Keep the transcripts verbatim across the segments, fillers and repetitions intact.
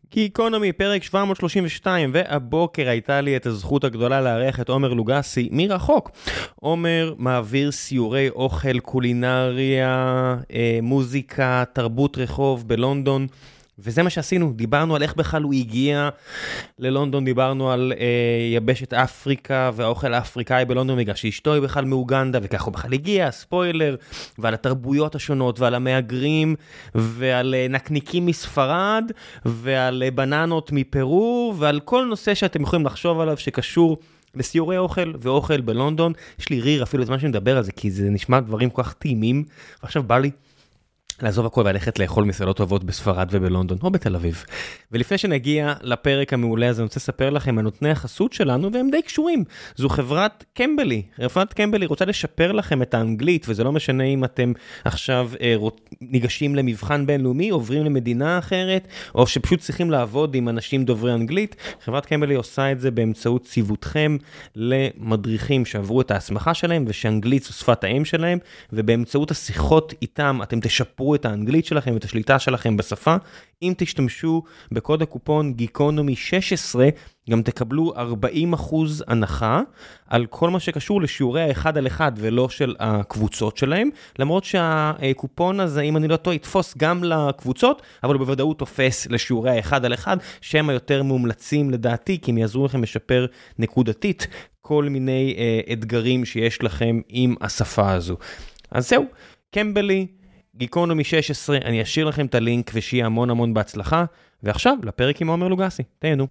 גיקונומי, פרק שבע מאות שלושים ושתיים, והבוקר הייתה לי את הזכות הגדולה לארח את עומר לוגסי מרחוק. עומר מעביר סיורי אוכל, קולינריה, אה, מוזיקה, תרבות רחוב בלונדון, וזה מה שעשינו. דיברנו על איך בכלל הוא הגיע ללונדון, דיברנו על אה, יבשת אפריקה והאוכל האפריקאי בלונדון, בגלל שאשתו היא בכלל מאוגנדה, וכך הוא בכלל הגיע, ספוילר, ועל התרבויות השונות, ועל המהגרים, ועל אה, נקניקים מספרד, ועל אה, בננות מפרו, ועל כל נושא שאתם יכולים לחשוב עליו שקשור לסיורי אוכל ואוכל בלונדון. יש לי ריר אפילו זמן שנדבר על זה, כי זה נשמע דברים כל כך טעימים, ועכשיו בא לי לעזוב הכל וללכת לאכול מסעדות טובות בספרד ובלונדון, או בתל אביב. ולפני שנגיע לפרק המעולה הזה, אני רוצה לספר לכם על נותני החסות שלנו, והם די קשורים. זו חברת קמבלי. חברת קמבלי רוצה לשפר לכם את האנגלית, וזה לא משנה אם אתם עכשיו אה, ניגשים למבחן בינלאומי, עוברים למדינה אחרת, או שפשוט צריכים לעבוד עם אנשים דוברי אנגלית. חברת קמבלי עושה את זה באמצעות ציוותכם למדריכים שעברו את ההסמכה שלהם, ושאנגלית זו שפת האם שלהם, ובאמצעות השיחות איתם אתם תשפרו את האנגלית שלכם ואת השליטה שלכם בשפה. אם תשתמשו בקוד הקופון גיקונומי שש עשרה, גם תקבלו ארבעים אחוז הנחה על כל מה שקשור לשיעורי האחד על אחד ולא של הקבוצות שלהם, למרות שהקופון הזה, אם אני לא טועה, יתפוס גם לקבוצות, אבל הוא בוודאות תופס לשיעורי האחד על אחד, שהם היותר מומלצים לדעתי, כי הם יעזרו לכם לשפר נקודתית כל מיני אה, אתגרים שיש לכם עם השפה הזו. אז זהו, קמבלי, גיקונומי שש עשרה, אני אשאיר לכם את הלינק ושיהיה המון המון בהצלחה. ועכשיו לפרק עם עומר לוגסי, תהנו.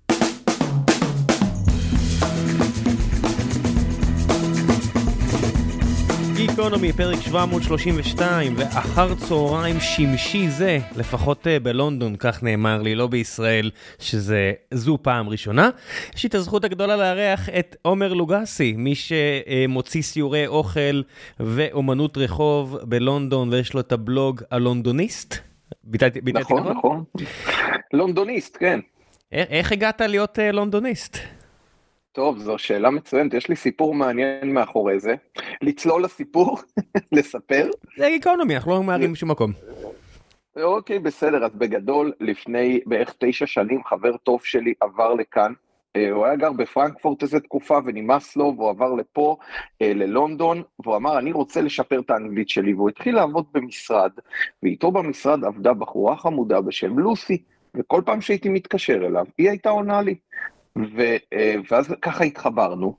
גיקונומי, פרק שבע מאות שלושים ושתיים, ואחר צהריים שמשי זה, לפחות בלונדון, כך נאמר לי, לא בישראל, שזה זו פעם ראשונה. יש לי את הזכות הגדולה לארח את עומר לוגסי, מי שמוציא סיורי אוכל ואומנות רחוב בלונדון, ויש לו את הבלוג הלונדוניסט. ביטלתי, ביטלתי נכון, נכון. לונדוניסט, כן. איך הגעת להיות לונדוניסט? טוב, זו שאלה מצוינת, יש לי סיפור מעניין מאחורי זה. לצלול לסיפור, לספר. זה גיקונומי, אנחנו לא מערים בשום מקום. אוקיי, בסדר, אז בגדול, לפני בערך תשע שנים, חבר טוב שלי עבר לכאן. הוא היה גר בפרנקפורט איזו תקופה ונמאס לו, והוא עבר לפה, ללונדון, והוא אמר, אני רוצה לשפר את האנגלית שלי, והוא התחיל לעבוד במשרד, ואיתו במשרד עבדה בחורה חמודה בשם לוסי, וכל פעם שהייתי מתקשר אליו, היא הייתה עונה לי. ו, ואז ככה התחברנו,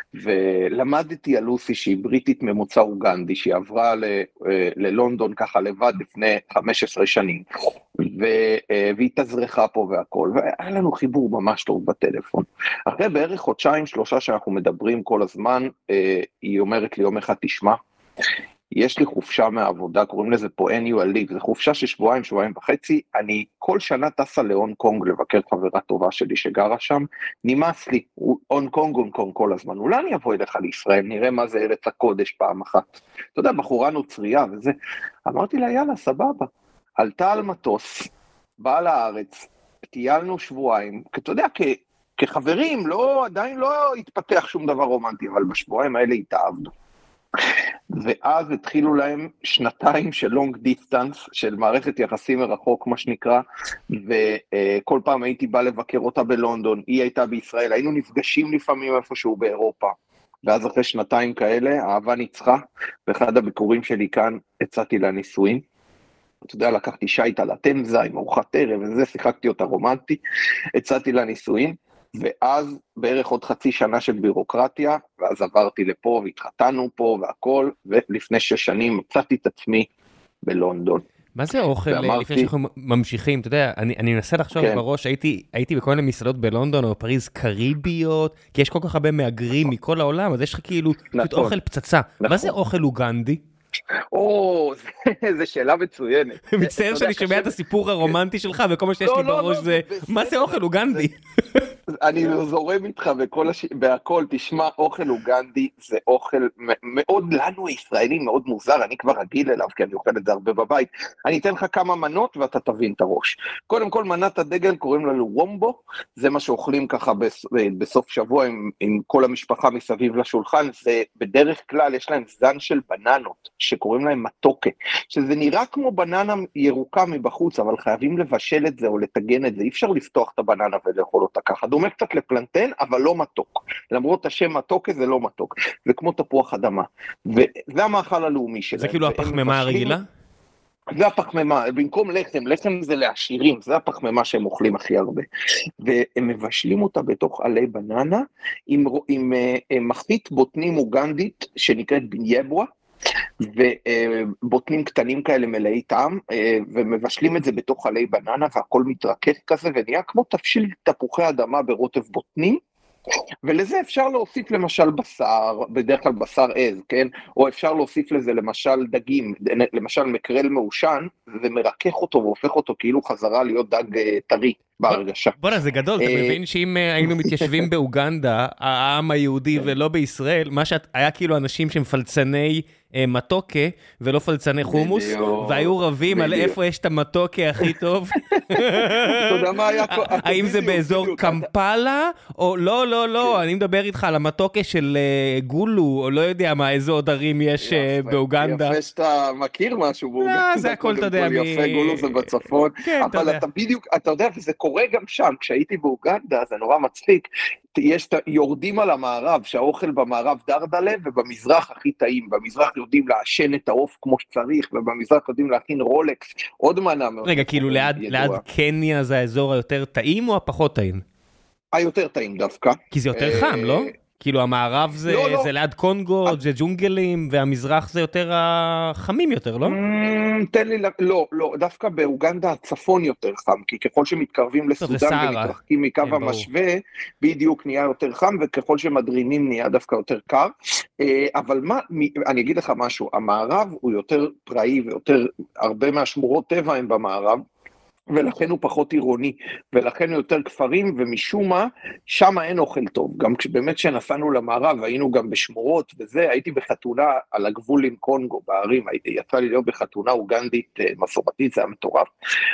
ולמדתי על לוסי שהיא בריטית ממוצא אוגנדי, שהיא עברה ל, ללונדון ככה לבד לפני חמש עשרה שנים, ו, והיא תזרחה פה והכל, והיה לנו חיבור ממש טוב בטלפון. אחרי בערך חודשיים, שלושה שאנחנו מדברים כל הזמן, היא אומרת לי יום אחד, תשמע, יש לי חופשה מהעבודה, קוראים לזה פה annual leave, זה חופשה של שבועיים, שבועיים וחצי, אני כל שנה טסה להונג קונג לבקר חברה טובה שלי שגרה שם, נמאס לי, הונג קונג, הונג קונג כל הזמן, אולי אני אבוא אליך לישראל, נראה מה זה ארץ הקודש פעם אחת, אתה יודע, בחורה נוצריה וזה, אמרתי לה יאללה סבבה, עלתה על מטוס, באה לארץ, טיילנו שבועיים, כי אתה יודע, כ... כחברים, לא, עדיין לא התפתח שום דבר רומנטי, אבל בשבועיים האלה התאהבנו. ואז התחילו להם שנתיים של לונג דיסטנס, של מערכת יחסים מרחוק, מה שנקרא, וכל פעם הייתי בא לבקר אותה בלונדון, היא הייתה בישראל, היינו נפגשים לפעמים איפשהו באירופה, ואז אחרי שנתיים כאלה, האהבה ניצחה, ואחד הביקורים שלי כאן, הצעתי לה נישואים, אתה יודע, לקחתי שייטה לתמזה, עם ארוחת ערב, וזה שיחקתי אותה רומנטי, הצעתי לה נישואים, ואז בערך עוד חצי שנה של בירוקרטיה, ואז עברתי לפה והתחתנו פה והכל, ולפני שש שנים מצאתי את עצמי בלונדון. מה זה אוכל, ואמרתי, לפני שאנחנו ממשיכים, אתה יודע, אני, אני מנסה לחשוב כן. בראש, הייתי, הייתי בכל מיני מסעדות בלונדון או פריז קריביות, כי יש כל כך הרבה מהגרים מכל העולם, אז יש לך כאילו נכון. אוכל פצצה. נכון. מה זה אוכל אוגנדי? או, זו שאלה מצוינת. מצטער שאני שומע את הסיפור הרומנטי שלך, וכל מה שיש לי בראש זה, מה זה אוכל אוגנדי? אני זורם איתך בכל הש... בהכל, תשמע, אוכל אוגנדי זה אוכל מאוד לנו ישראלים, מאוד מוזר, אני כבר רגיל אליו, כי אני אוכל את זה הרבה בבית. אני אתן לך כמה מנות ואתה תבין את הראש. קודם כל, מנת הדגל קוראים לנו וומבו, זה מה שאוכלים ככה בס... בסוף שבוע עם, עם כל המשפחה מסביב לשולחן, זה בדרך כלל יש להם זן של בננות, שקוראים להם מתוקה, שזה נראה כמו בננה ירוקה מבחוץ, אבל חייבים לבשל את זה או לתגן את זה, אי אפשר לפתוח את הבננה ולאכול אותה ככה, דומה קצת לפלנטן, אבל לא מתוק, למרות השם מתוקה זה לא מתוק, זה כמו תפוח אדמה, וזה המאכל הלאומי שלהם. זה כאילו הפחמימה הרגילה? זה הפחמימה, במקום לחם, לחם זה לעשירים, זה הפחמימה שהם אוכלים הכי הרבה, והם מבשלים אותה בתוך עלי בננה, עם, עם, עם מחית בוטנים אוגנדית, שנקראת בינייבואה, ובוטנים קטנים כאלה מלאי טעם, ומבשלים את זה בתוך עלי בננה, והכל מתרכך כזה, ונהיה כמו תבשיל תפוחי אדמה ברוטב בוטנים, ולזה אפשר להוסיף למשל בשר, בדרך כלל בשר עז, כן? או אפשר להוסיף לזה למשל דגים, למשל מקרל מעושן, ומרכך אותו והופך אותו כאילו חזרה להיות דג טרי בהרגשה. בוא'נה, זה גדול, אתה מבין שאם היינו מתיישבים באוגנדה, העם היהודי ולא בישראל, מה שהיה כאילו אנשים שהם פלצני מתוקה ולא פלצני חומוס, והיו רבים על איפה יש את המתוקה הכי טוב. האם זה באזור קמפלה, או לא, לא, לא, אני מדבר איתך על המתוקה של גולו, או לא יודע מה, איזה עוד ערים יש באוגנדה. יפה שאתה מכיר משהו באוגנדה. זה הכל, אתה יודע. יפה, גולו זה בצפון. אבל אתה בדיוק, אתה יודע, וזה קורה גם שם, כשהייתי באוגנדה, זה נורא מצחיק, יש, יורדים על המערב, שהאוכל במערב דרדלה, ובמזרח הכי טעים, במזרח יודעים לעשן את העוף כמו שצריך, ובמזרח יודעים להכין רולקס, עוד מנה. רגע, כאילו ליד, ליד קניה זה האזור היותר טעים או הפחות טעים? היותר טעים דווקא. כי זה יותר חם, לא? כאילו המערב זה, לא, לא. זה ליד קונגו, זה ג'ונגלים, והמזרח זה יותר החמים יותר, לא? תן לי, לא, לא, דווקא באוגנדה הצפון יותר חם, כי ככל שמתקרבים לסודן ומתרחקים מקו המשווה, בדיוק נהיה יותר חם, וככל שמדרימים נהיה דווקא יותר קר, אבל מה, אני אגיד לך משהו, המערב הוא יותר פראי, ויותר, הרבה מהשמורות טבע הם במערב, ולכן הוא פחות עירוני, ולכן הוא יותר כפרים, ומשום מה, שם אין אוכל טוב. גם באמת שנסענו למערב, היינו גם בשמורות, וזה, הייתי בחתונה על הגבול עם קונגו, בערים, יצא לי להיות בחתונה אוגנדית מסורתית, זה היה מטורף,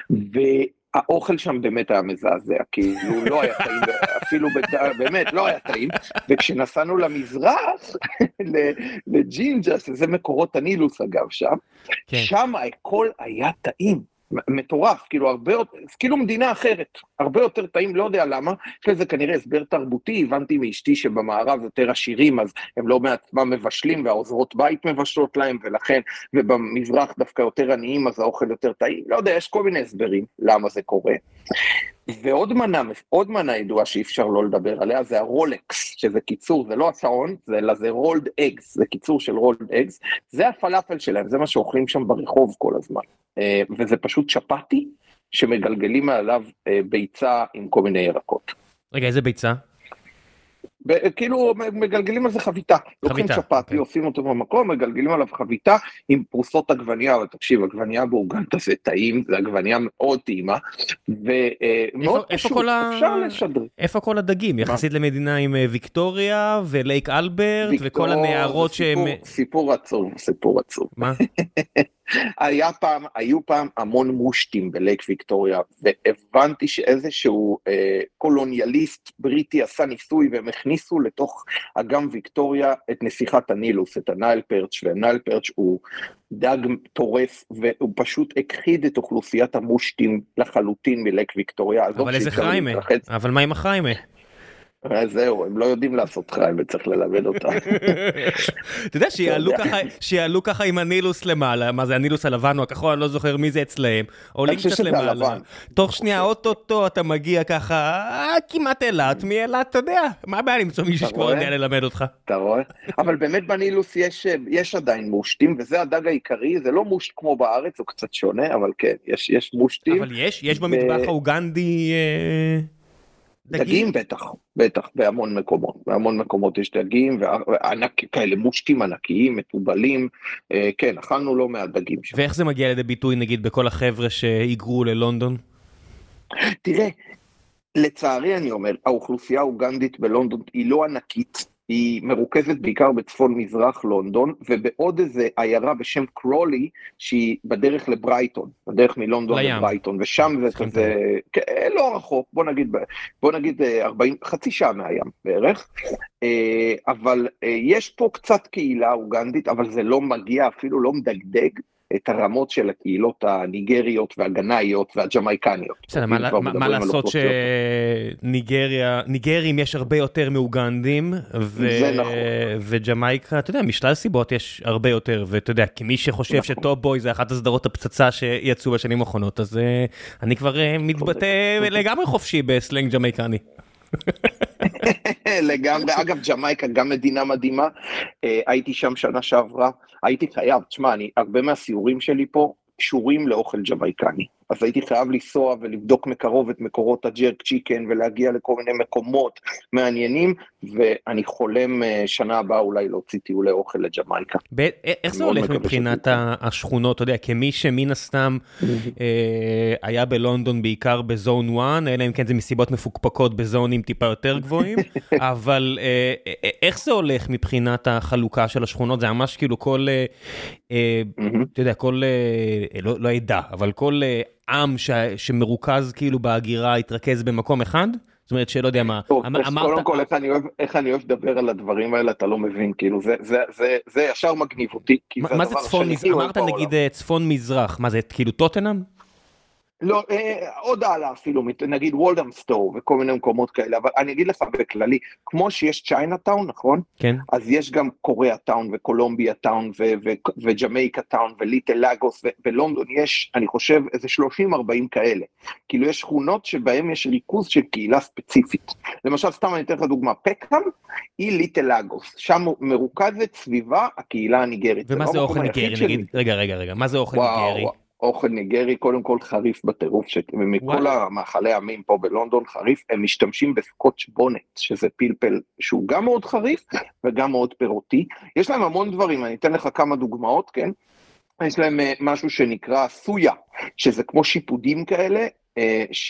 והאוכל שם באמת היה מזעזע, כאילו לא היה טעים, אפילו באמת לא היה טעים, וכשנסענו למזרח, לג'ינג'ה, שזה מקורות הנילוס אגב שם, שם הכל היה טעים, מטורף, כאילו הרבה יותר, כאילו מדינה אחרת, הרבה יותר טעים, לא יודע למה, יש לזה כנראה הסבר תרבותי, הבנתי מאשתי שבמערב יותר עשירים, אז הם לא מעצמם מבשלים, והעוזרות בית מבשלות להם, ולכן, ובמזרח דווקא יותר עניים, אז האוכל יותר טעים, לא יודע, יש כל מיני הסברים למה זה קורה. ועוד מנה, עוד מנה ידועה שאי אפשר לא לדבר עליה, זה הרולקס, שזה קיצור, זה לא השעון, זה אלא זה רולד אגס, זה קיצור של רולד אגס, זה הפלאפל שלהם, זה מה שאוכלים שם ברחוב כל הזמן, וזה פשוט צ'פטי, שמגלגלים עליו ביצה עם כל מיני ירקות. רגע, איזה ביצה? כאילו מגלגלים על זה חביתה, לוקחים צ'פטי, עושים אותו במקום, מגלגלים עליו חביתה עם פרוסות עגבניה, ותקשיב, עגבניה באוגנדה זה טעים, זה עגבניה מאוד טעימה, ומאוד פשוט, אפשר לשדר. איפה כל הדגים? יחסית למדינה עם ויקטוריה ולייק אלברט, וכל הנערות שהם... סיפור עצוב, סיפור עצוב. מה? היה פעם, היו פעם המון מושטים בלייק ויקטוריה, והבנתי שאיזשהו אה, קולוניאליסט בריטי עשה ניסוי, והם הכניסו לתוך אגם ויקטוריה את נסיכת הנילוס, את הנייל פרץ', והנייל פרץ' הוא דג טורף, והוא פשוט הכחיד את אוכלוסיית המושטים לחלוטין מלייק ויקטוריה. אבל איזה חיימה? אבל מה עם החיימה? זהו, הם לא יודעים לעשות חיים, וצריך ללמד אותם. אתה יודע, שיעלו ככה עם הנילוס למעלה, מה זה הנילוס הלבן או הכחול, אני לא זוכר מי זה אצלהם, עולים קצת למעלה, תוך שנייה, אוטוטו אתה מגיע ככה, כמעט אלת, מאלת, אתה יודע, מה הבעיה למצוא מישהו שכבר יודע ללמד אותך? אתה רואה? אבל באמת בנילוס יש עדיין מושטים, וזה הדג העיקרי, זה לא מושט כמו בארץ, הוא קצת שונה, אבל כן, יש מושטים. אבל יש, יש במטבח האוגנדי... דגים בטח, בטח, בהמון מקומות, בהמון מקומות יש דגים, וכאלה מושטים ענקיים, מטובלים, כן, אכלנו לא מעט דגים שם. ואיך זה מגיע לידי ביטוי, נגיד, בכל החבר'ה שהיגרו ללונדון? תראה, לצערי אני אומר, האוכלוסייה האוגנדית בלונדון היא לא ענקית, היא מרוכזת בעיקר בצפון מזרח לונדון, ובעוד איזה עיירה בשם קרולי, שהיא בדרך לברייטון, בדרך מלונדון לים. לברייטון, ושם זה כזה, לא רחוק, בוא נגיד, בוא נגיד ארבעים, חצי שעה מהים בערך, אבל יש פה קצת קהילה אוגנדית, אבל זה לא מגיע, אפילו לא מדגדג, את הרמות של הקהילות הניגריות והגנאיות והג'מייקניות. בסדר, מה לעשות שניגריה, ניגרים יש הרבה יותר מאוגנדים, וג'מייקה, אתה יודע, משלל סיבות יש הרבה יותר, ואתה יודע, כמי שחושב שטופ בוי זה אחת הסדרות הפצצה שיצאו בשנים האחרונות, אז אני כבר מתבטא לגמרי חופשי בסלנג ג'מייקני. לגמרי, אגב ג'מייקה גם מדינה מדהימה, הייתי שם שנה שעברה, הייתי חייב, תשמע, אני, הרבה מהסיורים שלי פה קשורים לאוכל ג'מייקני, אז הייתי חייב לנסוע ולבדוק מקרוב את מקורות הג'רק צ'יקן, ולהגיע לכל מיני מקומות מעניינים, ואני חולם שנה הבאה אולי להוציא טיולי אוכל לג'מייקה. איך זה הולך מבחינת השכונות, אתה יודע, כמי שמן הסתם היה בלונדון בעיקר בזון אחת, אלא אם כן זה מסיבות מפוקפקות בזונים טיפה יותר גבוהים, אבל איך זה הולך מבחינת החלוקה של השכונות? זה ממש כאילו כל, אתה יודע, כל, לא עדה, אבל כל עם שמרוכז כאילו בהגירה התרכז במקום אחד? זאת אומרת שלא יודע מה. קודם כל, איך אני אוהב לדבר על הדברים האלה, אתה לא מבין, כאילו, זה ישר מגניב אותי. מה זה צפון מזרח? אמרת נגיד צפון מזרח, מה זה, כאילו טוטנהאם? לא, עוד הלאה אפילו, נגיד וולדהמסטור וכל מיני מקומות כאלה, אבל אני אגיד לך בכללי, כמו שיש צ'יינאטאון, נכון? כן. אז יש גם קוריאטאון וקולומביה טאון וג'מייקה טאון וליטל לגוס, ובלונדון יש, אני חושב, איזה שלושים ארבעים כאלה. כאילו יש שכונות שבהם יש ריכוז של קהילה ספציפית. למשל, סתם אני אתן לך דוגמה, פקהאם היא ליטל לגוס, שם מרוכזת סביבה הקהילה הניגרית. ומה זה אוכל ניגרי? נגיד, רגע, רגע, רגע, מה זה אוכל ניגרי? אוכל ניגרי, קודם כל חריף בטירוף, ומכל המאכלי עמים פה בלונדון חריף, הם משתמשים בסקוטש בונט, שזה פלפל שהוא גם מאוד חריף, וגם מאוד פירותי. יש להם המון דברים, אני אתן לך כמה דוגמאות, כן? יש להם משהו שנקרא סויה, שזה כמו שיפודים כאלה, ש...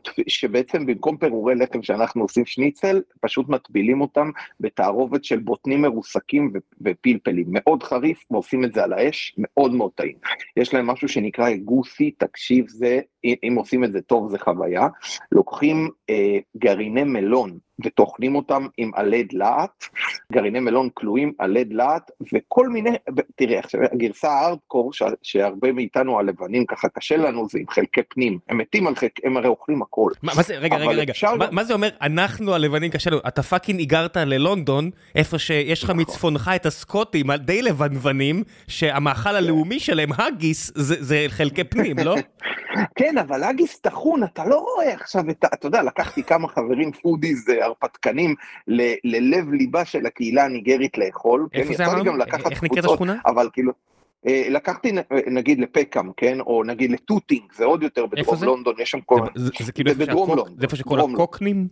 שבעצם במקום פירורי לחם שאנחנו עושים שניצל, פשוט מטבילים אותם בתערובת של בוטנים מרוסקים ו... ופלפלים, מאוד חריף, ועושים את זה על האש, מאוד מאוד טעים. יש להם משהו שנקרא גוסי, תקשיב, זה, אם עושים את זה טוב זה חוויה, לוקחים אה, גרעיני מלון, וטוחנים אותם עם עלי דלעת, גרעיני מלון כלואים, עלי דלעת, וכל מיני, תראה, עכשיו, הגרסה הארדקור, שהרבה מאיתנו הלבנים, ככה קשה לנו, זה עם חלקי פנים, הם מתים על חלק, הם הרי אוכלים הכל. מה זה, רגע, רגע, רגע, מה זה אומר, אנחנו הלבנים קשה לנו, אתה פאקינג הגרת ללונדון, איפה שיש לך מצפונך את הסקוטים, די לבנוונים, שהמאכל הלאומי שלהם, הגיס, זה חלקי פנים, לא? כן, אבל הגיס תחון, אתה לא רואה עכשיו, אתה יודע, לקחתי כמה חברים פודיז הרפתקנים ללב ליבה של הקהילה הניגרית לאכול. איפה זה אמרנו? איך נקראת השכונה? אבל כאילו, לקחתי נגיד לפקאם, כן? או נגיד לטוטינג, זה עוד יותר בדרום לונדון, יש שם כל... זה כאילו איפה שכל הקוקנים?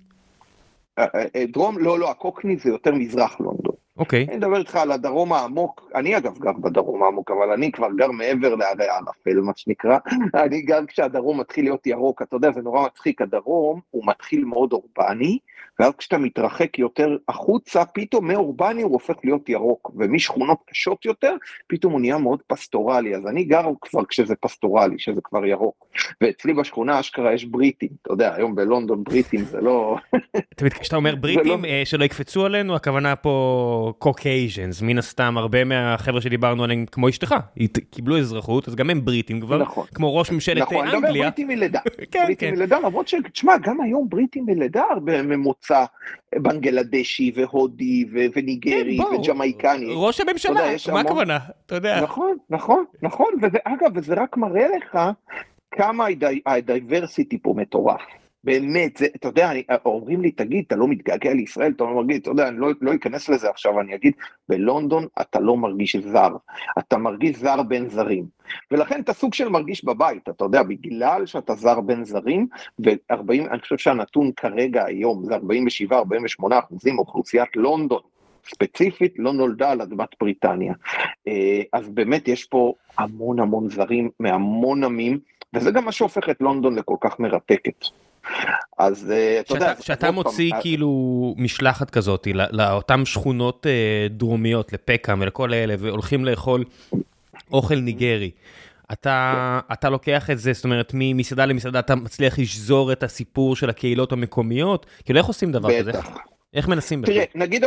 דרום, לא, לא, הקוקני זה יותר מזרח לונדון. אוקיי. אני מדבר איתך על הדרום העמוק, אני אגב גר בדרום העמוק, אבל אני כבר גר מעבר להרי הערפל, מה שנקרא, אני גר כשהדרום מתחיל להיות ירוק, אתה יודע, זה נורא מצחיק, הדרום הוא מתחיל מאוד אורבני, ואז כשאתה מתרחק יותר החוצה, פתאום מאורבני הוא הופך להיות ירוק, ומשכונות קשות יותר, פתאום הוא נהיה מאוד פסטורלי, אז אני גר כבר כשזה פסטורלי, שזה כבר ירוק, ואצלי בשכונה אשכרה יש בריטים, אתה יודע, היום בלונדון בריטים זה לא... כשאתה אומר בריטים שלא יקפצו עלינו, הכוונה פה קוקייז'נס, מן הסתם הרבה מהחבר'ה שדיברנו עליהם כמו אשתך, קיבלו אזרחות, אז גם הם בריטים כבר, כמו ראש ממשלת אנגליה. נכון, דבר בריטים מלידה, בריטים מלידה, למרות שתשמע, גם היום בריטים מלידה הרבה ממוצע בנגלדשי והודי וניגרי וג'מייקני. ראש הממשלה, מה הכוונה? אתה יודע. נכון, נכון, נכון, ואגב, וזה רק מראה לך כמה הדייברסיטי פה מטורף. באמת, זה, אתה יודע, אני, אומרים לי, תגיד, אתה לא מתגעגע לישראל, אתה לא מרגיש, אתה יודע, אני לא, לא אכנס לזה עכשיו, אני אגיד, בלונדון אתה לא מרגיש זר, אתה מרגיש זר בין זרים, ולכן אתה סוג של מרגיש בבית, אתה יודע, בגלל שאתה זר בין זרים, ו-ארבעים, אני חושב שהנתון כרגע היום, זה ארבעים ושבע ארבעים ושמונה אחוזים, אוכלוסיית לונדון, ספציפית, לא נולדה על אדמת בריטניה, אז באמת יש פה המון המון זרים, מהמון עמים, וזה גם מה שהופך את לונדון לכל כך מרתקת. אז אתה יודע... שאתה מוציא כאילו משלחת כזאת לאותן שכונות דרומיות, לפקאם ולכל האלה, והולכים לאכול אוכל ניגרי. אתה, אתה לוקח את זה, זאת אומרת, ממסעדה למסעדה, אתה מצליח לשזור את הסיפור של הקהילות המקומיות? כאילו, איך עושים דבר כזה? בטח. איך מנסים בכלל? תראה, נגיד,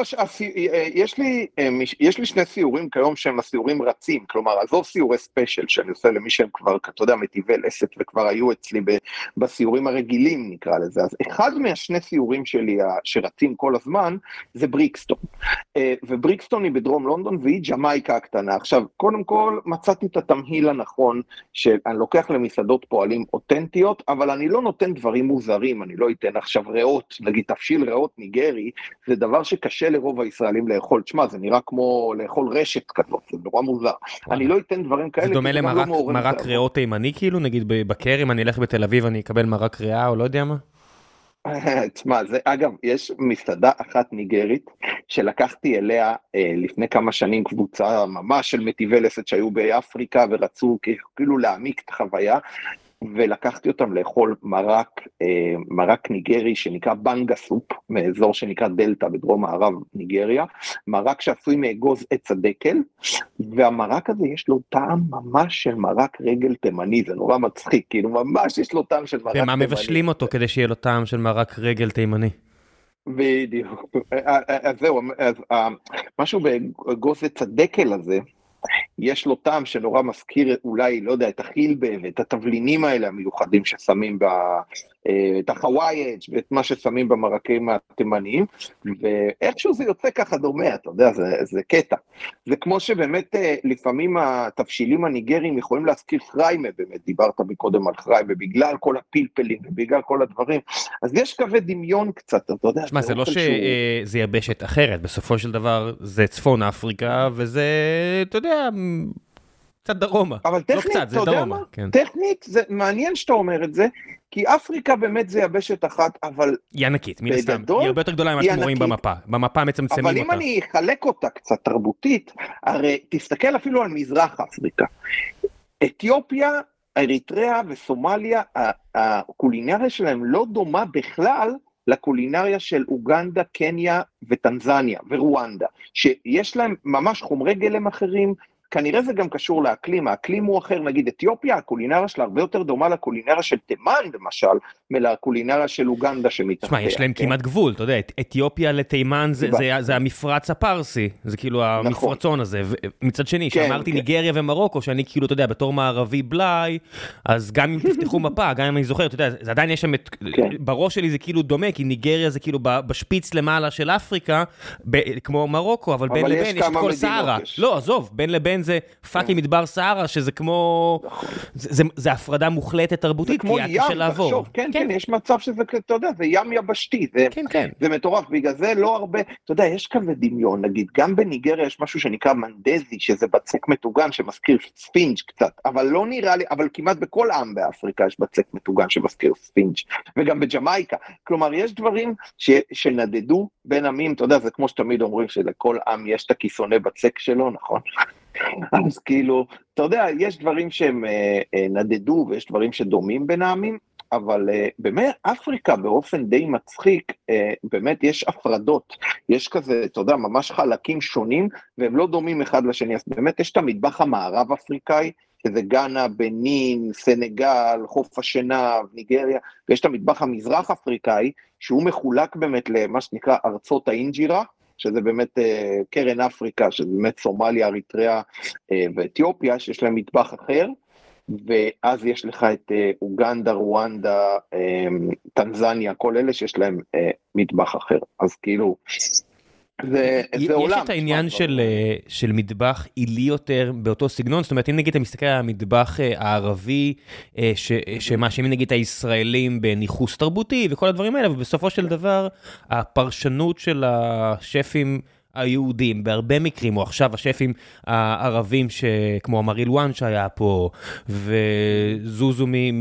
יש לי, יש לי שני סיורים כיום שהם הסיורים רצים, כלומר, עזוב סיורי ספיישל שאני עושה למי שהם כבר, אתה יודע, מטיבי לסת וכבר היו אצלי בסיורים הרגילים, נקרא לזה. אז אחד מהשני סיורים שלי שרצים כל הזמן, זה בריקסטון. ובריקסטון היא בדרום לונדון והיא ג'מייקה הקטנה. עכשיו, קודם כל, מצאתי את התמהיל הנכון, שאני לוקח למסעדות פועלים אותנטיות, אבל אני לא נותן דברים מוזרים, אני לא אתן עכשיו ריאות, נגיד תפשיל ריאות ניגרי, זה דבר שקשה לרוב הישראלים לאכול. תשמע, זה נראה כמו לאכול רשת כזאת, זה נורא מוזר. אני לא אתן דברים כאלה. זה דומה למרק ריאות תימני כאילו? נגיד בקר, אם אני אלך בתל אביב, אני אקבל מרק ריאה או לא יודע מה? תשמע, זה, אגב, יש מסעדה אחת ניגרית, שלקחתי אליה אה, לפני כמה שנים קבוצה ממש של מטיבי לסת שהיו באפריקה, ורצו כאילו להעמיק את החוויה, ולקחתי אותם לאכול מרק, אה, מרק ניגרי שנקרא בנגה סופ, מאזור שנקרא דלטה בדרום מערב ניגריה, מרק שעשוי מאגוז עץ הדקל, והמרק הזה יש לו טעם ממש של מרק רגל תימני, זה נורא מצחיק, כאילו ממש יש לו טעם של מרק תימני. ומה מבשלים אותו כדי שיהיה לו טעם של מרק רגל תימני? בדיוק, אז זהו, אז משהו באגוז עץ הדקל הזה, יש לו טעם שנורא מזכיר אולי, לא יודע, את החילבה ואת התבלינים האלה המיוחדים ששמים, ב, את החווייג' ואת מה ששמים במרקים התימניים, ואיכשהו זה יוצא ככה דומה, אתה יודע, זה, זה קטע. זה כמו שבאמת לפעמים התבשילים הניגרים יכולים להזכיר חריימה, באמת דיברת מקודם על חריימה, בגלל כל הפלפלים ובגלל כל הדברים, אז יש קווי דמיון קצת, אתה יודע. שמה, זה לא שזה יבשת אחרת, בסופו של דבר זה צפון אפריקה, וזה, אתה יודע, קצת דרומה. אבל טכנית, לא קצת, זה דרומה. כן. טכנית, זה מעניין שאתה אומר את זה, כי אפריקה באמת זה יבשת אחת, אבל... היא ענקית, מן הסתם. היא הרבה יותר גדולה ממה שאתם רואים במפה. במפה מצמצמים אותה. אבל אם אני אחלק אותה קצת תרבותית, הרי תסתכל אפילו על מזרח אפריקה. אתיופיה, אריתריאה וסומליה, הקולינריה שלהם לא דומה בכלל לקולינריה של אוגנדה, קניה וטנזניה ורואנדה, שיש להם ממש חומרי גלם אחרים, כנראה זה גם קשור לאקלים, האקלים הוא אחר, נגיד אתיופיה, הקולינריה שלה הרבה יותר דומה לקולינריה של תימן, למשל, מלקולינריה של אוגנדה שמתחתיה. תשמע, יש להם כמעט גבול, אתה יודע, אתיופיה לתימן זה המפרץ הפרסי, זה כאילו המפרצון הזה, ומצד שני, שאמרתי ניגריה ומרוקו, שאני כאילו, אתה יודע, בתור מערבי בלי, אז גם אם תפתחו מפה, גם אם אני זוכר, אתה יודע, זה עדיין יש שם, בראש שלי זה כאילו דומה, כי ניגריה זה כאילו בשפיץ למעלה של אפריקה, כמו מרוקו, אבל בין לבין יש את כל סהרה. לא, עזוב, בין לבין זה פאקינג מדבר סהרה, שזה כמו, זה הפרדה מוחלטת תרבותית, כי היה קשה לעבור. כן, כן, יש מצב שזה, אתה יודע, זה ים יבשתי, זה מטורף, בגלל זה לא הרבה, אתה יודע, יש כזה דמיון, נגיד, גם בניגריה יש משהו שנקרא מנדזי, שזה בצק מטוגן, שמזכיר ספינג' קצת, אבל לא נראה לי, אבל כמעט בכל עם באפריקה יש בצק מטוגן שמזכיר ספינג', וגם בג'מייקה, כלומר, יש דברים שנדדו בין עמים, אתה יודע, זה כמו שתמיד אומרים שלכל עם יש את הכיסוני בצק שלו, נכון? אז כאילו, אתה יודע, יש דברים שהם אה, אה, נדדו ויש דברים שדומים בין העמים, אבל אה, באמת אפריקה באופן די מצחיק, אה, באמת יש הפרדות, יש כזה, אתה יודע, ממש חלקים שונים, והם לא דומים אחד לשני, אז באמת יש את המטבח המערב אפריקאי, שזה גאנה, בנין, סנגל, חוף השנהב, ניגריה, ויש את המטבח המזרח אפריקאי, שהוא מחולק באמת למה שנקרא ארצות האינג'ירה, שזה באמת אה, קרן אפריקה, שזה באמת סומליה, אריתריאה אה, ואתיופיה, שיש להם מטבח אחר, ואז יש לך את אה, אוגנדה, רואנדה, אה, טנזניה, כל אלה שיש להם אה, מטבח אחר. אז כאילו, זה, זה עולם. יש את העניין של, של מטבח עילי יותר באותו סגנון, זאת אומרת, אם נגיד אתה מסתכל על המטבח הערבי, ש, שמאשימים נגיד את הישראלים בניחוס תרבותי וכל הדברים האלה, ובסופו של דבר, הפרשנות של השפים היהודים, בהרבה מקרים, או עכשיו השפים הערבים, כמו אמריל וואן שהיה פה, וזוזו מ... מ...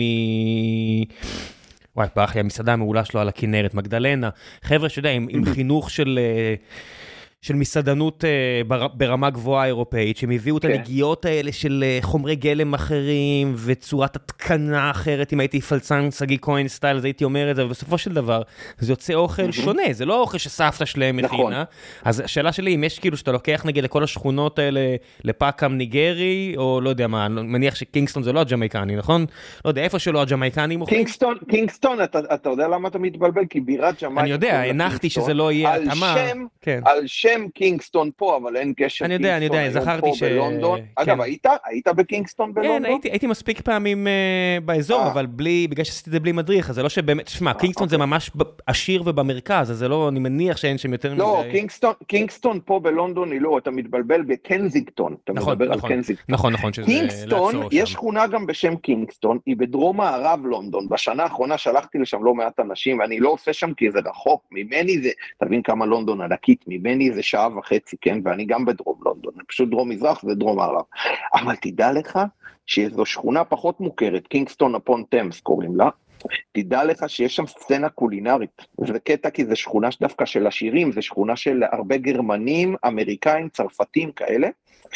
וואי, ברח לי המסעדה המעולה שלו על הכנרת, מגדלנה, חבר'ה שיודע, עם, עם חינוך של, של מסעדנות ברמה גבוהה אירופאית, שהם הביאו את הנגיעות האלה של חומרי גלם אחרים, וצורת התקנה אחרת, אם הייתי פלצן סגי כהן סטייל, אז הייתי אומר את זה, ובסופו של דבר, זה יוצא אוכל שונה, זה לא אוכל שסבתא שלהם מכינה. אז השאלה שלי, אם יש כאילו שאתה לוקח נגיד לכל השכונות האלה, לפאקם ניגרי, או לא יודע מה, מניח שקינגסטון זה לא הג'מייקני, נכון? לא יודע, איפה שלא הג'מייקני מוכרים? קינגסטון, קינגסטון, אתה יודע למה אתה מתבלבל? כי בירת ג'מייקה... אני יודע, הנחתי שזה לא יהיה התאמה. על שם קינגסטון פה, אבל אין קשר אני יודע, אני יודע, זכרתי ש... בלונדון. אגב, היית? היית בקינגסטון בלונדון? כן, הייתי מספיק פעמים באזור, אבל בלי, בגלל שעשיתי את זה בלי מדריך, אז זה לא שבאמת, תשמע, קינגסטון זה ממש עשיר ובמרכז, אז זה לא, אני מניח שאין שם יותר... לא, קינגסטון פה בלונדון היא לא, אתה מתבלבל בקנזינגטון, אתה מדבר על קנזינגטון. נכון, נכון, קינגסטון, יש שכונה גם בשם קינגסטון, היא בדרום מערב לונדון, בשנה האחרונה שלחתי לשם לא מעט אנשים, ואני לא עושה שם כי זה רחוק, ממני זה, תבין כמה לונדון ענקית, ממני זה שעה וחצי, כן, ואני גם בדרום לונדון, פשוט דרום מזרח ודרום מערב, אבל תדע לך שזו שכונה פחות מוכרת, קינגסטון אפון טמס קוראים לה, תדע לך שיש שם סצנה קולינרית, זה קטע כי זה שכונה דווקא של עשירים, זה שכונה של הרבה גרמנים, אמריקאים, צרפתים כאלה,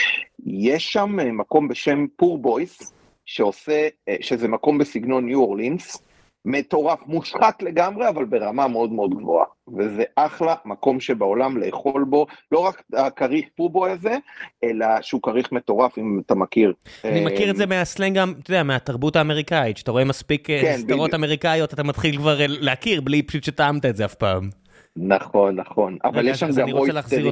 יש שם מקום בשם פור בויס, שעושה, שזה מקום בסגנון ניו אורלינס, מטורף, מושחת לגמרי, אבל ברמה מאוד מאוד גבוהה, וזה אחלה מקום שבעולם לאכול בו, לא רק הכריך פובו הזה, אלא שהוא כריך מטורף, אם אתה מכיר. אני מכיר את זה מהסלנג גם, אתה יודע, מהתרבות האמריקאית, שאתה רואה מספיק סדרות אמריקאיות, אתה מתחיל כבר להכיר, בלי פשוט שטעמת את זה אף פעם. נכון, נכון, אבל יש שם גם אויסטרים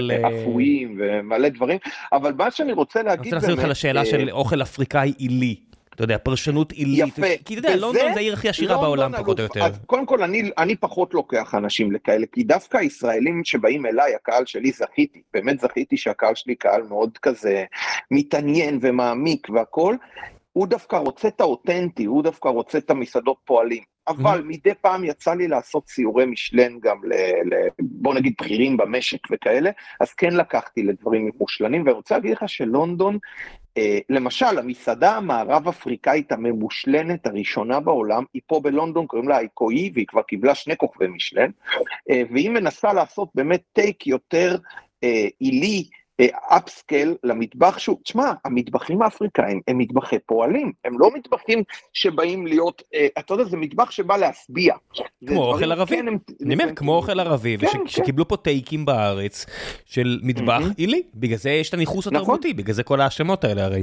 אפויים ומלא דברים, אבל מה שאני רוצה להגיד... אני רוצה להחזיר אותך לשאלה של אוכל אפריקאי עילי. אתה יודע, פרשנות עילית. יפה. כי אתה יודע, לונדון זה העיר הכי עשירה בעולם, פחות או יותר. אז קודם כל, אני, אני פחות לוקח אנשים לכאלה, כי דווקא הישראלים שבאים אליי, הקהל שלי זכיתי, באמת זכיתי שהקהל שלי קהל מאוד כזה מתעניין ומעמיק והכל, הוא דווקא רוצה את האותנטי, הוא דווקא רוצה את המסעדות פועלים. אבל מדי פעם יצא לי לעשות סיורי משלן גם ל, ל, בוא נגיד בכירים במשק וכאלה, אז כן לקחתי לדברים מושלנים, ואני רוצה להגיד לך שלונדון, אה, למשל, המסעדה המערב אפריקאית הממושלנת הראשונה בעולם, היא פה בלונדון, קוראים לה אייקואי, והיא כבר קיבלה שני כוכבי משלן, אה, והיא מנסה לעשות באמת טייק יותר אה, עילי, אפסקל למטבח שהוא, תשמע, המטבחים האפריקאים הם מטבחי פועלים, הם לא מטבחים שבאים להיות, אתה יודע, זה מטבח שבא להסביע. כמו אוכל ערבי, אני אומר, כמו אוכל ערבי, ושקיבלו פה טייקים בארץ של מטבח עילי, בגלל זה יש את הניחוס התרבותי, בגלל זה כל האשמות האלה הרי.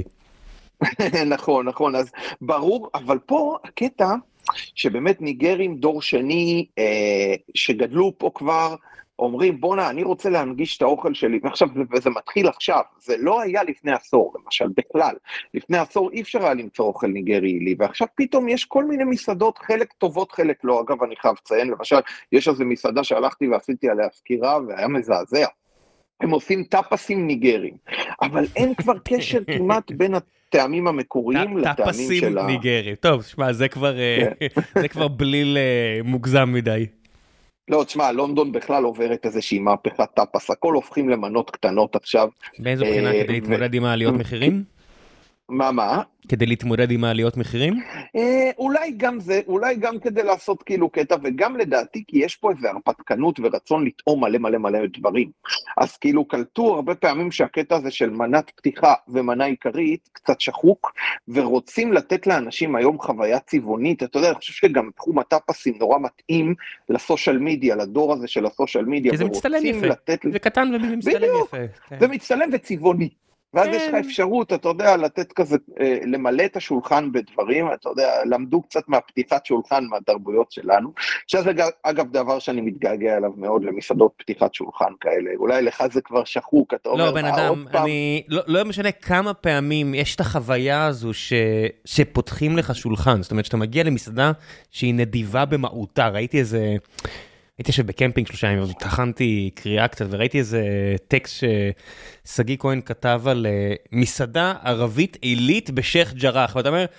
נכון, נכון, אז ברור, אבל פה הקטע שבאמת ניגרים דור שני, שגדלו פה כבר, אומרים, בונה, אני רוצה להנגיש את האוכל שלי, ועכשיו, וזה מתחיל עכשיו, זה לא היה לפני עשור, למשל, בכלל, לפני עשור אי אפשר היה למצוא אוכל ניגרי עילי, ועכשיו פתאום יש כל מיני מסעדות, חלק טובות, חלק לא, אגב, אני חייב לציין, למשל, יש איזו מסעדה שהלכתי ועשיתי עליה סקירה, והיה מזעזע, הם עושים טאפסים ניגרים, אבל אין כבר קשר כמעט בין הטעמים המקוריים לטעמים של ה... טאפסים ניגרים, טוב, שמע, זה כבר, זה כבר בליל מוגזם מדי. לא, תשמע, לונדון בכלל עוברת איזושהי מהפכת טאפס, הכל הופכים למנות קטנות עכשיו. באיזו בחינה כדי להתמודד עם העליות מחירים? מה, מה? כדי להתמודד עם העליות מחירים? אולי גם זה, אולי גם כדי לעשות כאילו קטע, וגם לדעתי, כי יש פה איזו הרפתקנות ורצון לטעום מלא מלא מלא דברים. אז כאילו קלטו הרבה פעמים שהקטע הזה של מנת פתיחה ומנה עיקרית, קצת שחוק, ורוצים לתת לאנשים היום חוויה צבעונית, אתה יודע, אני חושב שגם תחום הטאפסים נורא מתאים לסושיאל מדיה, לדור הזה של הסושיאל מדיה, כי זה מצטלם יפה, זה קטן ומצטלם יפה. זה מצטלם וצבעוני. ואז יש לך אפשרות, אתה יודע, לתת כזה, למלא את השולחן בדברים, אתה יודע, למדו קצת מהפתיחת שולחן מהתרבויות שלנו, שזה אגב דבר שאני מתגעגע אליו מאוד, למסעדות פתיחת שולחן כאלה, אולי לך זה כבר שחוק, אתה אומר, לא, בן אדם, אני, לא, לא משנה כמה פעמים יש את החוויה הזו ש, שפותחים לך שולחן, זאת אומרת, שאתה מגיע למסעדה שהיא נדיבה במהותה, ראיתי איזה... הייתי יושב בקמפינג שלושה ימים, תחנתי קריאה קצת, וראיתי איזה טקסט שסגי כהן כתב על מסעדה ערבית עילית בשייח ג'רח, ואתה אומר,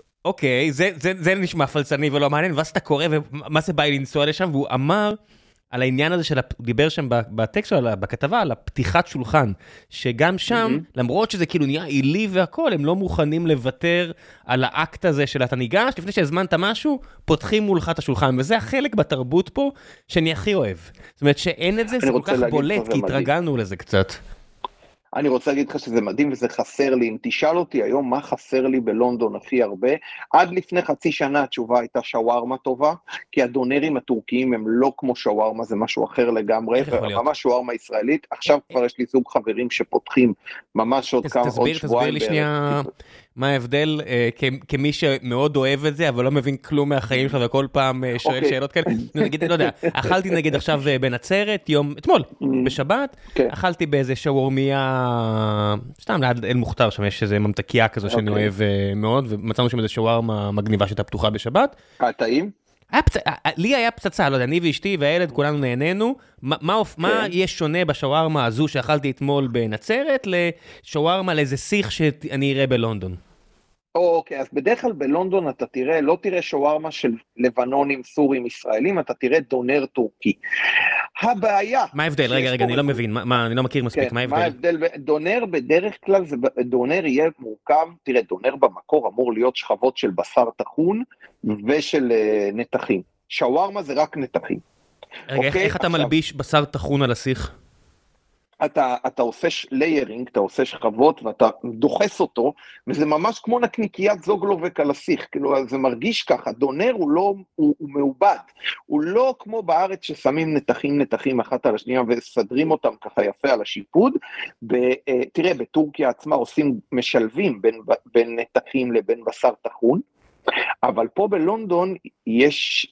אוקיי, זה, זה, זה נשמע פלצני ולא מעניין, ואז אתה קורא, ומה זה בא לנסוע לשם, והוא אמר, על העניין הזה של, הוא דיבר שם בטקסט שלו, בכתבה, על הפתיחת שולחן, שגם שם, mm-hmm. למרות שזה כאילו נהיה עילי והכל, הם לא מוכנים לוותר על האקט הזה של אתה ניגש, לפני שהזמנת משהו, פותחים מולך את השולחן, וזה החלק בתרבות פה, שאני הכי אוהב. זאת אומרת שאין את זה, זה כל כך בולט, כי התרגלנו לזה קצת. אני רוצה להגיד לך שזה מדהים וזה חסר לי, אם תשאל אותי היום מה חסר לי בלונדון הכי הרבה, עד לפני חצי שנה התשובה הייתה שווארמה טובה, כי הדונרים הטורקיים הם לא כמו שווארמה, זה משהו אחר לגמרי, ממש שווארמה ישראלית, עכשיו כבר יש לי זוג חברים שפותחים ממש עוד כמה, עוד שבועיים. תסביר לי שנייה מה ההבדל, כמי שמאוד אוהב את זה, אבל לא מבין כלום מהחיים שלו, וכל פעם שואל שאלות כאלה, נגיד, לא יודע, אכלתי נגיד עכשיו בנצרת, יום, אתמול, בשבת, אכלתי באיזה שווארמיה, סתם ליד אל מוכתר, שם יש איזה ממתקייה כזו שאני אוהב מאוד, ומצאנו שם איזה שווארמה מגניבה שהייתה פתוחה בשבת. טעים? לי היה פצצה, לא יודע, אני ואשתי והילד, כולנו נהנינו, מה יש שונה בשווארמה הזו שאכלתי אתמול בנצרת, לשווארמה לאיזה שיח שאני אראה בלונדון? אוקיי, אז בדרך כלל בלונדון אתה תראה, לא תראה שווארמה של לבנונים, סורים, ישראלים, אתה תראה דונר טורקי. הבעיה... מה ההבדל? רגע, רגע, אני לא מבין, אני לא מכיר מספיק, מה ההבדל? דונר בדרך כלל, דונר יהיה מורכב, תראה, דונר במקור אמור להיות שכבות של בשר טחון ושל נתחים. שווארמה זה רק נתחים. רגע, איך אתה מלביש בשר טחון על השיח? אתה, אתה עושה ליירינג, אתה עושה שכבות ואתה דוחס אותו, וזה ממש כמו נקניקיית זוגלובק על השיח, כאילו זה מרגיש ככה, דונר הוא לא, הוא, הוא מעובד, הוא לא כמו בארץ ששמים נתחים נתחים אחת על השנייה וסדרים אותם ככה יפה על השיפוד, ב, תראה בטורקיה עצמה עושים משלבים בין, בין נתחים לבין בשר טחון, אבל פה בלונדון יש,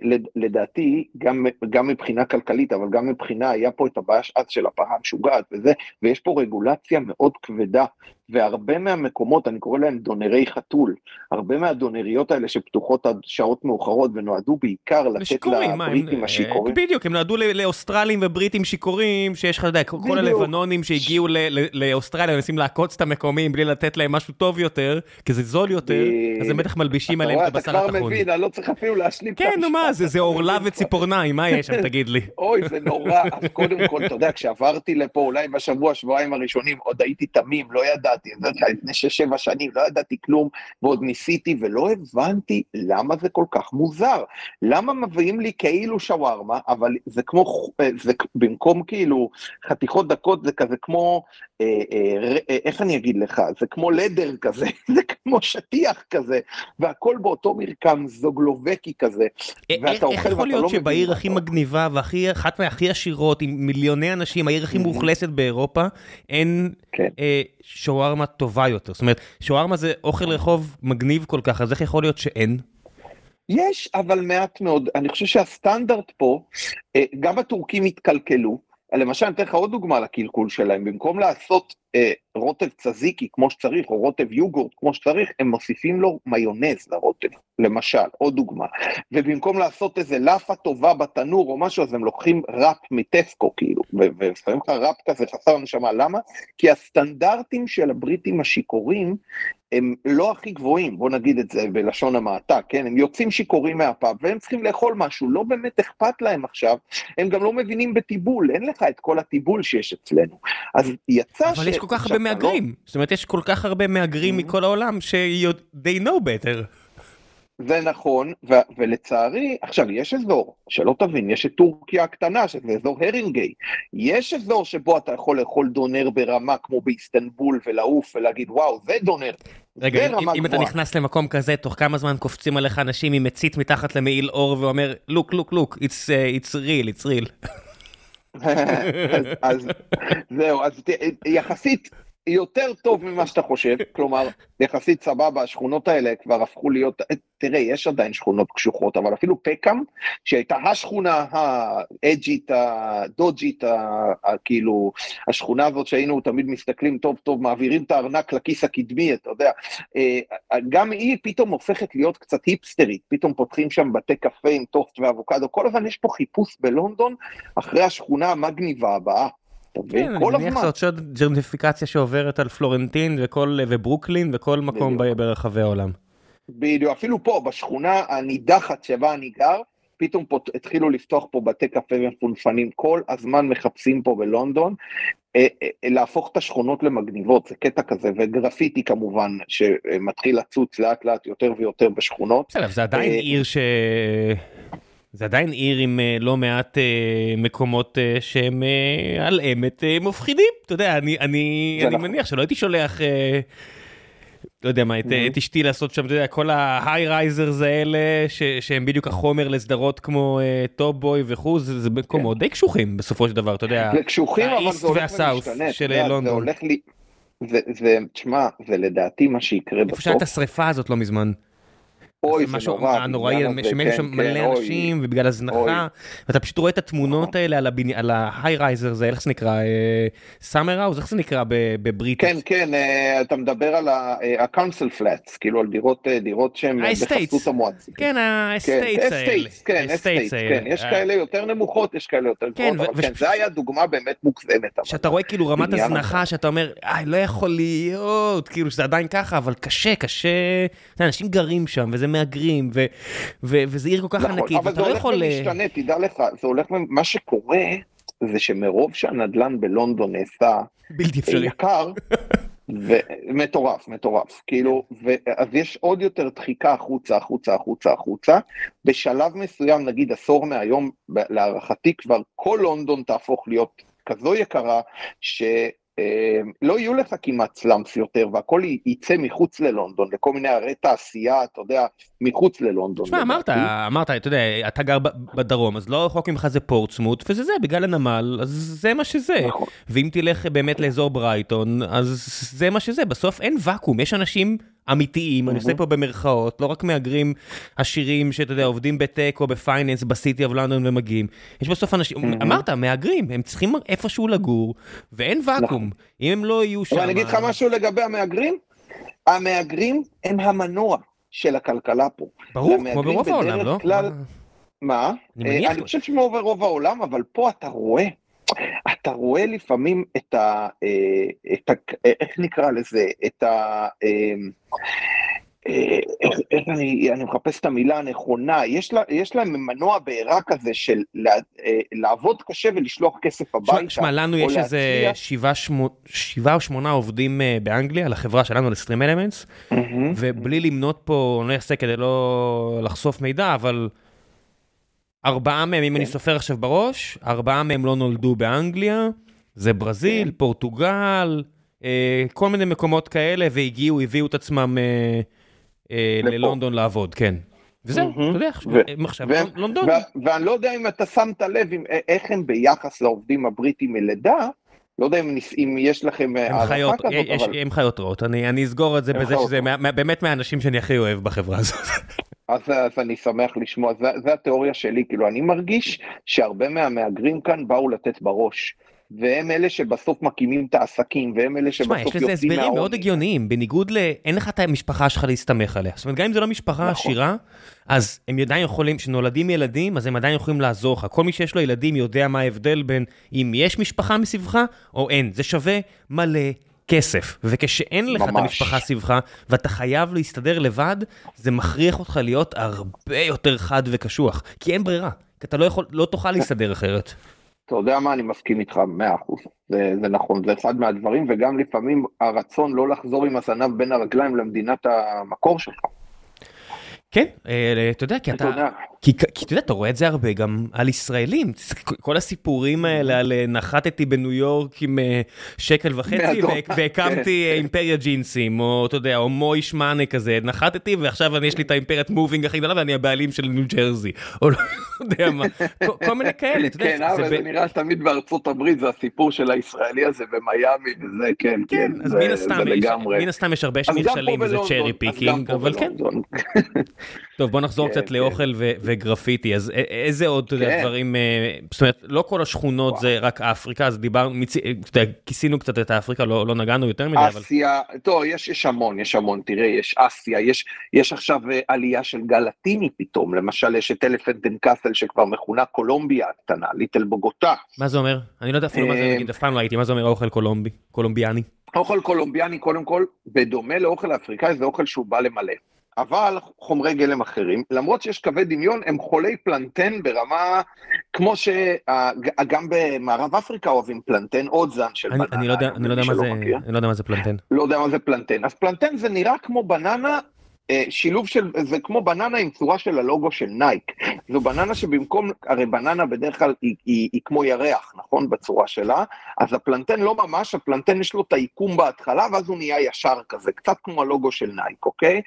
לדעתי, גם, גם מבחינה כלכלית, אבל גם מבחינה, היה פה את הבעיה אז של הפרה המשוגעת וזה, ויש פה רגולציה מאוד כבדה, והרבה מהמקומות, אני קורא להם דונרי חתול, הרבה מהדונריות האלה שפתוחות עד שעות מאוחרות, ונועדו בעיקר לתת לבריטים השיכורים. בדיוק, הם נועדו לאוסטרלים ובריטים שיכורים, שיש לך, אתה יודע, כל הלבנונים שהגיעו לאוסטרליה, ונסים לעקוץ את המקומים, בלי לתת להם משהו טוב יותר, כי זה זול יותר, אז הם בטח מלבישים עליהם את הבשר התחון. אתה כבר מבין, אני לא צריך אפילו להשלים את המשפט. כן, נו מה, זה אורלה וציפורניים, מה יש שם, תגיד לי? אוי, זה נורא, אז קודם כל, אתה יודע, כשעברתי לפה, אולי בשבוע, שבועיים הראשונים, עוד הייתי תמים, לא ידעתי, לפני שש, שבע שנים, לא ידעתי כלום, ועוד ניסיתי, ולא הבנתי למה זה כל כך מוזר. למה מביאים לי כאילו שווארמה, אבל זה כמו, זה במקום כאילו חתיכות דקות, זה כזה כמו, אה, אה, איך אני אגיד לך, זה כמו לדר כזה, זה כמו שטיח כזה, והכל באותו מרקם זוגלובקי כזה, ואתה אוכל ואתה לא מבין. איך יכול להיות שבעיר הכי מגניבה, ואחת מהכי עשירות, עם מיליוני אנשים, העיר הכי מאוכלסת באירופה, אין שווארמה טובה יותר. זאת אומרת, שווארמה זה אוכל רחוב מגניב כל כך, אז איך יכול להיות שאין? יש, אבל מעט מאוד. אני חושב שהסטנדרט פה, גם הטורקים התקלקלו, למשל, אני אתן לך עוד דוגמה לקלקול שלהם, במקום לעשות אה, רוטב צזיקי כמו שצריך, או רוטב יוגורט כמו שצריך, הם מוסיפים לו מיונז לרוטב, למשל, עוד דוגמה. ובמקום לעשות איזה לאפה טובה בתנור או משהו, אז הם לוקחים ראפ מטסקו, כאילו, ושמים לך ראפ כזה חסר נשמה. למה? כי הסטנדרטים של הבריטים השיכורים, הם לא הכי גבוהים, בוא נגיד את זה בלשון המעטה, כן? הם יוצאים שיכורים מהפאב, והם צריכים לאכול משהו, לא באמת אכפת להם עכשיו, הם גם לא מבינים בטיבול, אין לך את כל הטיבול שיש אצלנו. אז יצא ש... אבל יש כל כך הרבה מהגרים, זאת אומרת, יש כל כך הרבה מהגרים מכל העולם, ש-they know better. זה נכון, ו- ולצערי, עכשיו, יש אזור, שלא תבין, יש את טורקיה הקטנה, שזה אזור הרינגיי, יש אזור שבו אתה יכול לאכול דונר ברמה, כמו באיסטנבול, ולעוף, ולהגיד, וואו, זה דונר. רגע, אם, אם אתה נכנס למקום כזה, תוך כמה זמן קופצים עליך אנשים עם מצית מתחת למעיל אור, ואומר, look, look, look, it's, uh, it's real, it's real. אז, אז זהו, אז יחסית, יותר טוב ממה שאתה חושב, כלומר, יחסית סבבה, השכונות האלה כבר הפכו להיות, תראה, יש עדיין שכונות קשוחות, אבל אפילו פקאם, שהייתה השכונה האג'ית, הדוג'ית, כאילו, השכונה הזאת שהיינו תמיד מסתכלים טוב טוב, מעבירים את הארנק לכיס הקדמי, אתה יודע, גם היא פתאום הופכת להיות קצת היפסטרית, פתאום פותחים שם בתי קפה עם טוסט ואבוקדו, כל הזמן יש פה חיפוש בלונדון, אחרי השכונה המגניבה הבאה, כן, אני מניח זאת שעוד ג'רניפיקציה שעוברת על פלורנטין וברוקלין וכל מקום ברחבי העולם. בדיוק, אפילו פה, בשכונה הנידחת שבה אני גר, פתאום פה התחילו לפתוח פה בתי קפה מפונפנים, כל הזמן מחפשים פה בלונדון, להפוך את השכונות למגניבות, זה קטע כזה, וגרפיטי כמובן, שמתחיל לצוץ לאט לאט יותר ויותר בשכונות. בסדר, זה עדיין עיר ש... זה עדיין עיר עם לא מעט מקומות שהם על אמת מופחידים, אתה יודע, אני, אני, אני מניח שלא הייתי שולח, לא יודע מה, את אשתי לעשות שם, אתה יודע, כל ההיי-רייזרס האלה, שהם בדיוק החומר לסדרות כמו טופ בוי וכו', זה מקומות די קשוחים בסופו של דבר, אתה יודע, זה קשוחים, אבל זה הולך ומשתנה, זה הולך לי, זה, תשמע, זה לדעתי מה שיקרה בסוף. איפה שהייתה השריפה הזאת לא מזמן. אוי, זה נורא. נוראי, שמתו שם מלא אנשים, ובגלל הזנחה, ואתה פשוט רואה את התמונות האלה על ההיי-רייזר, זה איך זה נקרא, סאמר האוס, איך זה נקרא בבריטית? כן, כן, אתה מדבר על הקאונסל פלאטס, כאילו על דירות שהן בחסות המועצה. כן, האסטייטס האלה. כן, אסטייטס, כן, יש כאלה יותר נמוכות, יש כאלה יותר גבוהות, אבל כן, זה היה דוגמה באמת מוגזמת. שאתה רואה כאילו רמת הזנחה, שאתה אומר, איי, לא יכול להיות, כאילו שזה עדיין ככה, אבל קשה, קשה, אנשים גרים שם, וזה מאגרים, ו- ו- וזה עיר כל כך ענקית, אבל זה הולך ומשתנה, תדע לך, זה הולך, מה שקורה, זה שמרוב שהנדלן בלונדון נעשה בלתי אפשרי. יקר, ומטורף, מטורף, כאילו, אז יש עוד יותר דחיקה החוצה, החוצה, החוצה, החוצה, בשלב מסוים, נגיד עשור מהיום, להערכתי כבר, כל לונדון תהפוך להיות כזו יקרה, ש... לא יהיו לך כמעט סלאמס יותר, והכל ייצא מחוץ ללונדון, לכל מיני ערי תעשייה, אתה יודע, מחוץ ללונדון. תשמע, אמרת, אמרת, אתה יודע, אתה גר בדרום, אז לא רחוק ממך זה פורטסמוט, וזה זה, בגלל הנמל, אז זה מה שזה. ואם תלך באמת לאזור ברייטון, אז זה מה שזה. בסוף אין וקום, יש אנשים אמיתיים, אני עושה פה במרכאות, לא רק מאגרים עשירים שאתה יודע, עובדים בטק או בפייננס, בסיטי of לונדון ומגיעים. יש בסוף אנשים, אמרת, מאגרים, הם צריכים איפשהו לגור, ואין וקום. אם הם לא יהיו שם... אבל אני אגיד לך משהו לגבי המאגרים, המאגרים הם המנוע של הכלכלה פה. ברור, כמו ברוב העולם, לא? מה? אני חושב כמו ברוב העולם, אבל פה אתה רואה, אתה רואה לפעמים את ה... איך נקרא לזה? את ה... איך אני, אני מחפש את המילה הנכונה, יש, לה, יש להם מנוע בעירה כזה של לה, לעבוד קשה ולשלוח כסף הביתה. שמע, לנו יש להצליח. איזה שבעה, שמו, שבעה או שמונה עובדים באנגליה, לחברה שלנו, לסטרים אלמנטס, mm-hmm. ובלי למנות פה, אני לא אעשה כדי לא לחשוף מידע, אבל ארבעה מהם, אם okay. אני סופר עכשיו בראש, ארבעה מהם לא נולדו באנגליה, זה ברזיל, okay. פורטוגל, אה, כל מיני מקומות כאלה, והגיעו, הביאו את עצמם... אה, ללונדון לעבוד, כן. וזהו, אתה יודע, עכשיו לונדון. ואני לא יודע אם אתה שמת לב, איך הם ביחס לעובדים הבריטים מלידה, לא יודע אם יש לכם הערכה כזאת, אבל... הם חיות רעות, אני אסגור את זה בזה שזה באמת מהאנשים שאני הכי אוהב בחברה הזאת. אז אני שמח לשמוע, זה התיאוריה שלי, כאילו אני מרגיש שהרבה מהמאגרים כאן באו לתת בראש. והם אלה שבסוף מקימים את העסקים, והם אלה שבסוף יוצאים מהעוני. יש לזה הסברים מאוד הגיוניים, בניגוד ל... אין לך את המשפחה שלך להסתמך עליה. זאת אומרת, גם אם זו לא משפחה עשירה, אז הם עדיין יכולים, שנולדים ילדים, אז הם עדיין יכולים לעזור לך. כל מי שיש לו ילדים יודע מה ההבדל בין אם יש משפחה מסביבך, או אין. זה שווה מלא כסף. וכשאין לך את המשפחה סביבך, ואתה חייב להסתדר לבד, זה מכריח אותך להיות הרבה יותר חד וקשוח. כי אין ברירה. כי אתה לא יכול, לא תוכל להסתדר אחרת. אתה יודע מה, אני מסכים איתך מאה אחוז, זה, זה נכון, זה אחד מהדברים, וגם לפעמים הרצון לא לחזור עם הזנב בין הרגליים למדינת המקור שלך. כן, אתה יודע, כי אתה, כי, כי אתה יודע, אתה רואה את זה הרבה גם על ישראלים, כל הסיפורים האלה על נחתתי בניו יורק עם שקל וחצי והקמתי אימפריה ג'ינסים, או אתה יודע, או מויש מאנה כזה, נחתתי ועכשיו יש לי את האימפריית מובינג הכי גדולה ואני הבעלים של ניו ג'רזי, או לא יודע מה, כל מיני כאלה, אתה יודע. כן, אבל זה נראה שתמיד בארצות הברית, זה הסיפור של הישראלי הזה במיימי, וזה כן, כן, זה לגמרי. מן הסתם יש הרבה שנכשלים וזה צ'רי פיקינג, אבל כן. טוב, בוא נחזור קצת לאוכל וגרפיטי, אז איזה עוד דברים, זאת אומרת, לא כל השכונות זה רק אפריקה, אז דיברנו, כיסינו קצת את אפריקה, לא נגענו יותר מדי, אבל... אסיה, טוב, יש המון, יש המון, תראה, יש אסיה, יש עכשיו עלייה של גלטיני פתאום, למשל יש את אלפנטן קאסל שכבר מכונה קולומביה הקטנה, ליטל בוגוטה. מה זה אומר? אני לא יודע אפילו מה זה, נגיד, אף פעם לא הייתי, מה זה אומר האוכל קולומבי, קולומביאני? אוכל קולומביאני, קודם כל, בדומה לאוכל אפריקאי, זה אוכל שהוא בא למלא. אבל חומרי גלם אחרים, למרות שיש קווי דמיון, הם חולי פלנטן ברמה, כמו שגם במערב אפריקה אוהבים פלנטן, עוד זן של בננה. אני לא יודע, אני לא יודע מה זה, אני לא יודע מה זה פלנטן. לא יודע מה זה פלנטן. אז פלנטן זה נראה כמו בננה, שילוב של, זה כמו בננה עם צורה של הלוגו של נייק. זו בננה שבמקום, הרי בננה בדרך כלל היא, היא, היא כמו ירח, נכון? בצורה שלה. אז הפלנטן לא ממש, הפלנטן יש לו את היקום בהתחלה, ואז הוא נהיה ישר כזה, קצת כמו הלוגו של נייק, אוקיי?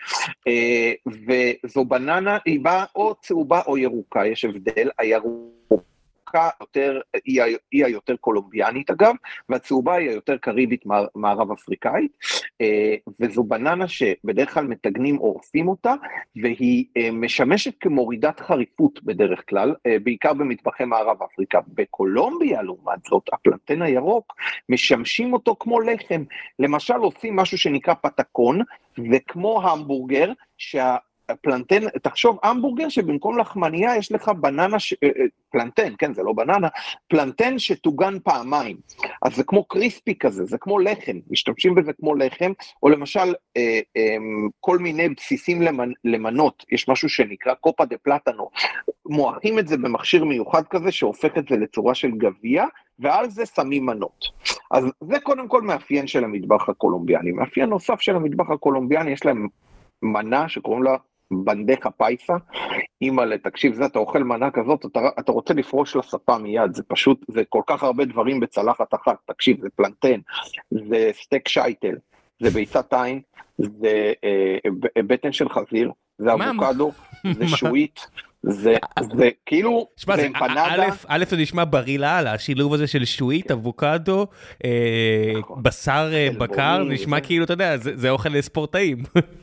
וזו בננה, היא באה או צהובה או ירוקה, יש הבדל, הירוקה יותר, היא, היא היותר קולומביאנית אגב, והצהובה היא היותר קריבית מערב אפריקאית, וזו בננה שבדרך כלל מתגנים או עורפים אותה, והיא משמשת כמורידת חריפות בדרך כלל, בעיקר במטבחי מערב אפריקה. בקולומביה לעומת זאת, הפלנטן הירוק, משמשים אותו כמו לחם, למשל עושים משהו שנקרא פטקון, וכמו המבורגר, שה... פלנטן, תחשוב, המבורגר שבמקום לחמניה יש לך בננה, ש... פלנטן, כן, זה לא בננה, פלנטן שטוגן פעמיים, אז זה כמו קריספי כזה, זה כמו לחם, משתמשים בזה כמו לחם, או למשל, אה, אה, כל מיני בסיסים למנ... למנות, יש משהו שנקרא קופה דה פלטנו, מועכים את זה במכשיר מיוחד כזה, שהופך את זה לצורה של גביע, ועל זה שמים מנות. אז זה קודם כל מאפיין של המטבח הקולומביאני, מאפיין נוסף של המטבח הקולומביאני, יש להם מנה שקוראים לה, בנדך הפייסה, אימא, תקשיב, זה אתה אוכל מנה כזאת, אתה, אתה רוצה לפרוש לשפה מיד, זה פשוט, זה כל כך הרבה דברים בצלחת אחת, תקשיב, זה פלנטן, זה סטייק שייטל, זה ביצת עין, זה אה, בטן של חזיר, זה אבוקדו, זה שועית, זה, זה כאילו, שמה, זה אמפנדה. א', זה נשמע בריא לאללה, השילוב הזה של שועית, אבוקדו, אה, בשר בקר, נשמע כאילו, אתה יודע, זה, זה אוכל לספורטאים.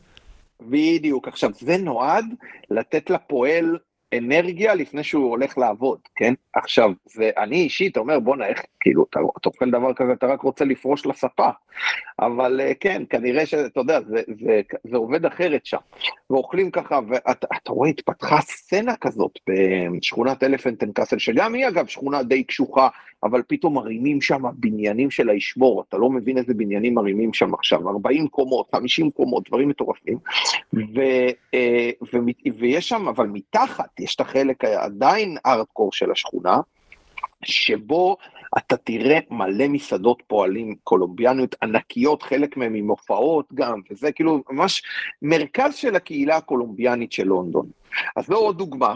בדיוק, עכשיו זה נועד לתת לפועל אנרגיה לפני שהוא הולך לעבוד, כן? עכשיו, זה, אני אישית אומר, בוא נאיך, כאילו, אתה, אתה אוכל דבר כזה, אתה רק רוצה לפרוש לספה, אבל כן, כנראה שאתה יודע, זה, זה, זה עובד אחרת שם, ואוכלים ככה, ואתה אתה רואה, התפתחה סצנה כזאת, בשכונת אלפנט אנד קאסל, שגם היא אגב שכונה די קשוחה, אבל פתאום מרימים שם בניינים של הישבור, אתה לא מבין איזה בניינים מרימים שם עכשיו, ארבעים קומות, חמישים קומות, דברים מטורפים, ו, ו, ויש שם, אבל מתחת, יש את החלק עדיין ארדקור של השכונה, שבו אתה תראה מלא מסעדות פועלים קולומביאניות ענקיות, חלק מהם עם הופעות גם, וזה כאילו ממש מרכז של הקהילה הקולומביאנית של לונדון. אז זו עוד דוגמה,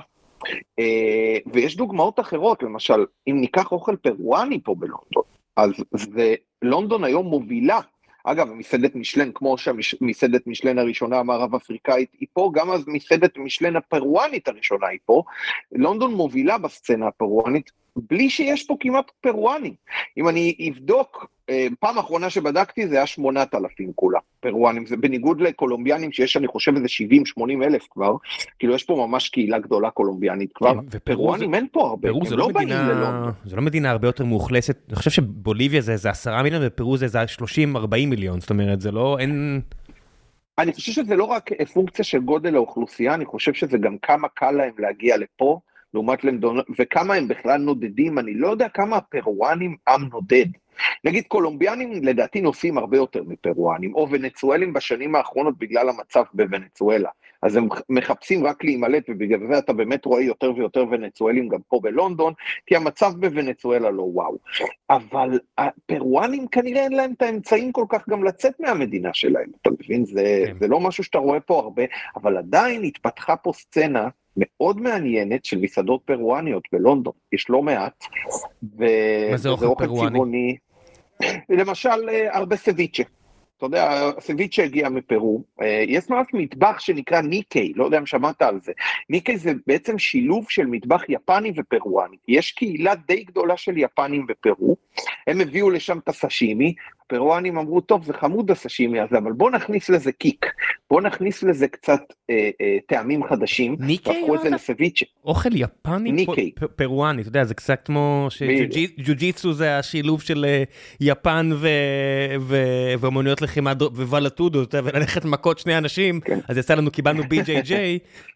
ויש דוגמאות אחרות, למשל, אם ניקח אוכל פרואני פה בלונדון, אז זה, לונדון היום מובילה, אגב, מסעדת משלן, כמו שמסעדת משלן הראשונה המערב אפריקאית היא פה, גם אז מסעדת משלן הפרואנית הראשונה היא פה, לונדון מובילה בסצנה הפרואנית, בלי שיש פה כמעט פרואנים. אם אני אבדוק, פעם האחרונה שבדקתי זה היה שמונת אלפים כולה, פרואנים, זה בניגוד לקולומביאנים שיש אני חושב איזה שבעים שמונים אלף כבר, כאילו יש פה ממש קהילה גדולה קולומביאנית כבר, פרואנים אין פה הרבה, הם לא באים ללונדון. זה לא מדינה הרבה יותר מאוכלסת, אני חושב שבוליביה זה איזה עשרה מיליון, ופרו זה איזה שלושים ארבעים מיליון, זאת אומרת זה לא, אין... אני חושב שזה לא רק פונקציה של גודל האוכלוסייה, אני חושב שזה גם כמה קל להם להגיע לפה, לעומת לונדון, וכמה הם בכלל נודדים, אני לא יודע כמה הפרואנים עם נודד. נגיד קולומביאנים לדעתי נוסעים הרבה יותר מפרואנים, או ונצואלים בשנים האחרונות בגלל המצב בוונצואלה, אז הם מחפשים רק להימלט, ובגלל זה אתה באמת רואה יותר ויותר ונצואלים גם פה בלונדון, כי המצב בוונצואלה לא וואו. אבל הפרואנים כנראה אין להם את האמצעים כל כך גם לצאת מהמדינה שלהם, אתה מבין? זה, זה לא משהו שאתה רואה פה הרבה, אבל עדיין התפתחה פה סצנה, מאוד מעניינת של מסעדות פרואניות בלונדון, יש לא מעט, וזה אוכל פרואני? למשל, הרבה סביצ'ה, אתה יודע, סביצ'ה הגיע מפרו, יש ממש מטבח שנקרא ניקי, לא יודע אם שמעת על זה, ניקי זה בעצם שילוב של מטבח יפני ופרואני, יש קהילה די גדולה של יפנים בפרו, הם הביאו לשם את הסשימי, הפרואנים אמרו, טוב, זה חמוד הסשימי הזה, אבל בוא נכניס לזה קיק, בוא נכניס לזה קצת אה, אה, טעמים חדשים, והפכו את זה לסביצ'ה. אוכל יפני פ- פרואני, אתה יודע, זה קצת כמו שג'ו-ג'יצו זה השילוב של יפן ואומנויות לחימה ווולטודו, וללכת מכות שני אנשים, אז יצא לנו, קיבלנו בי ג'יי ג'יי,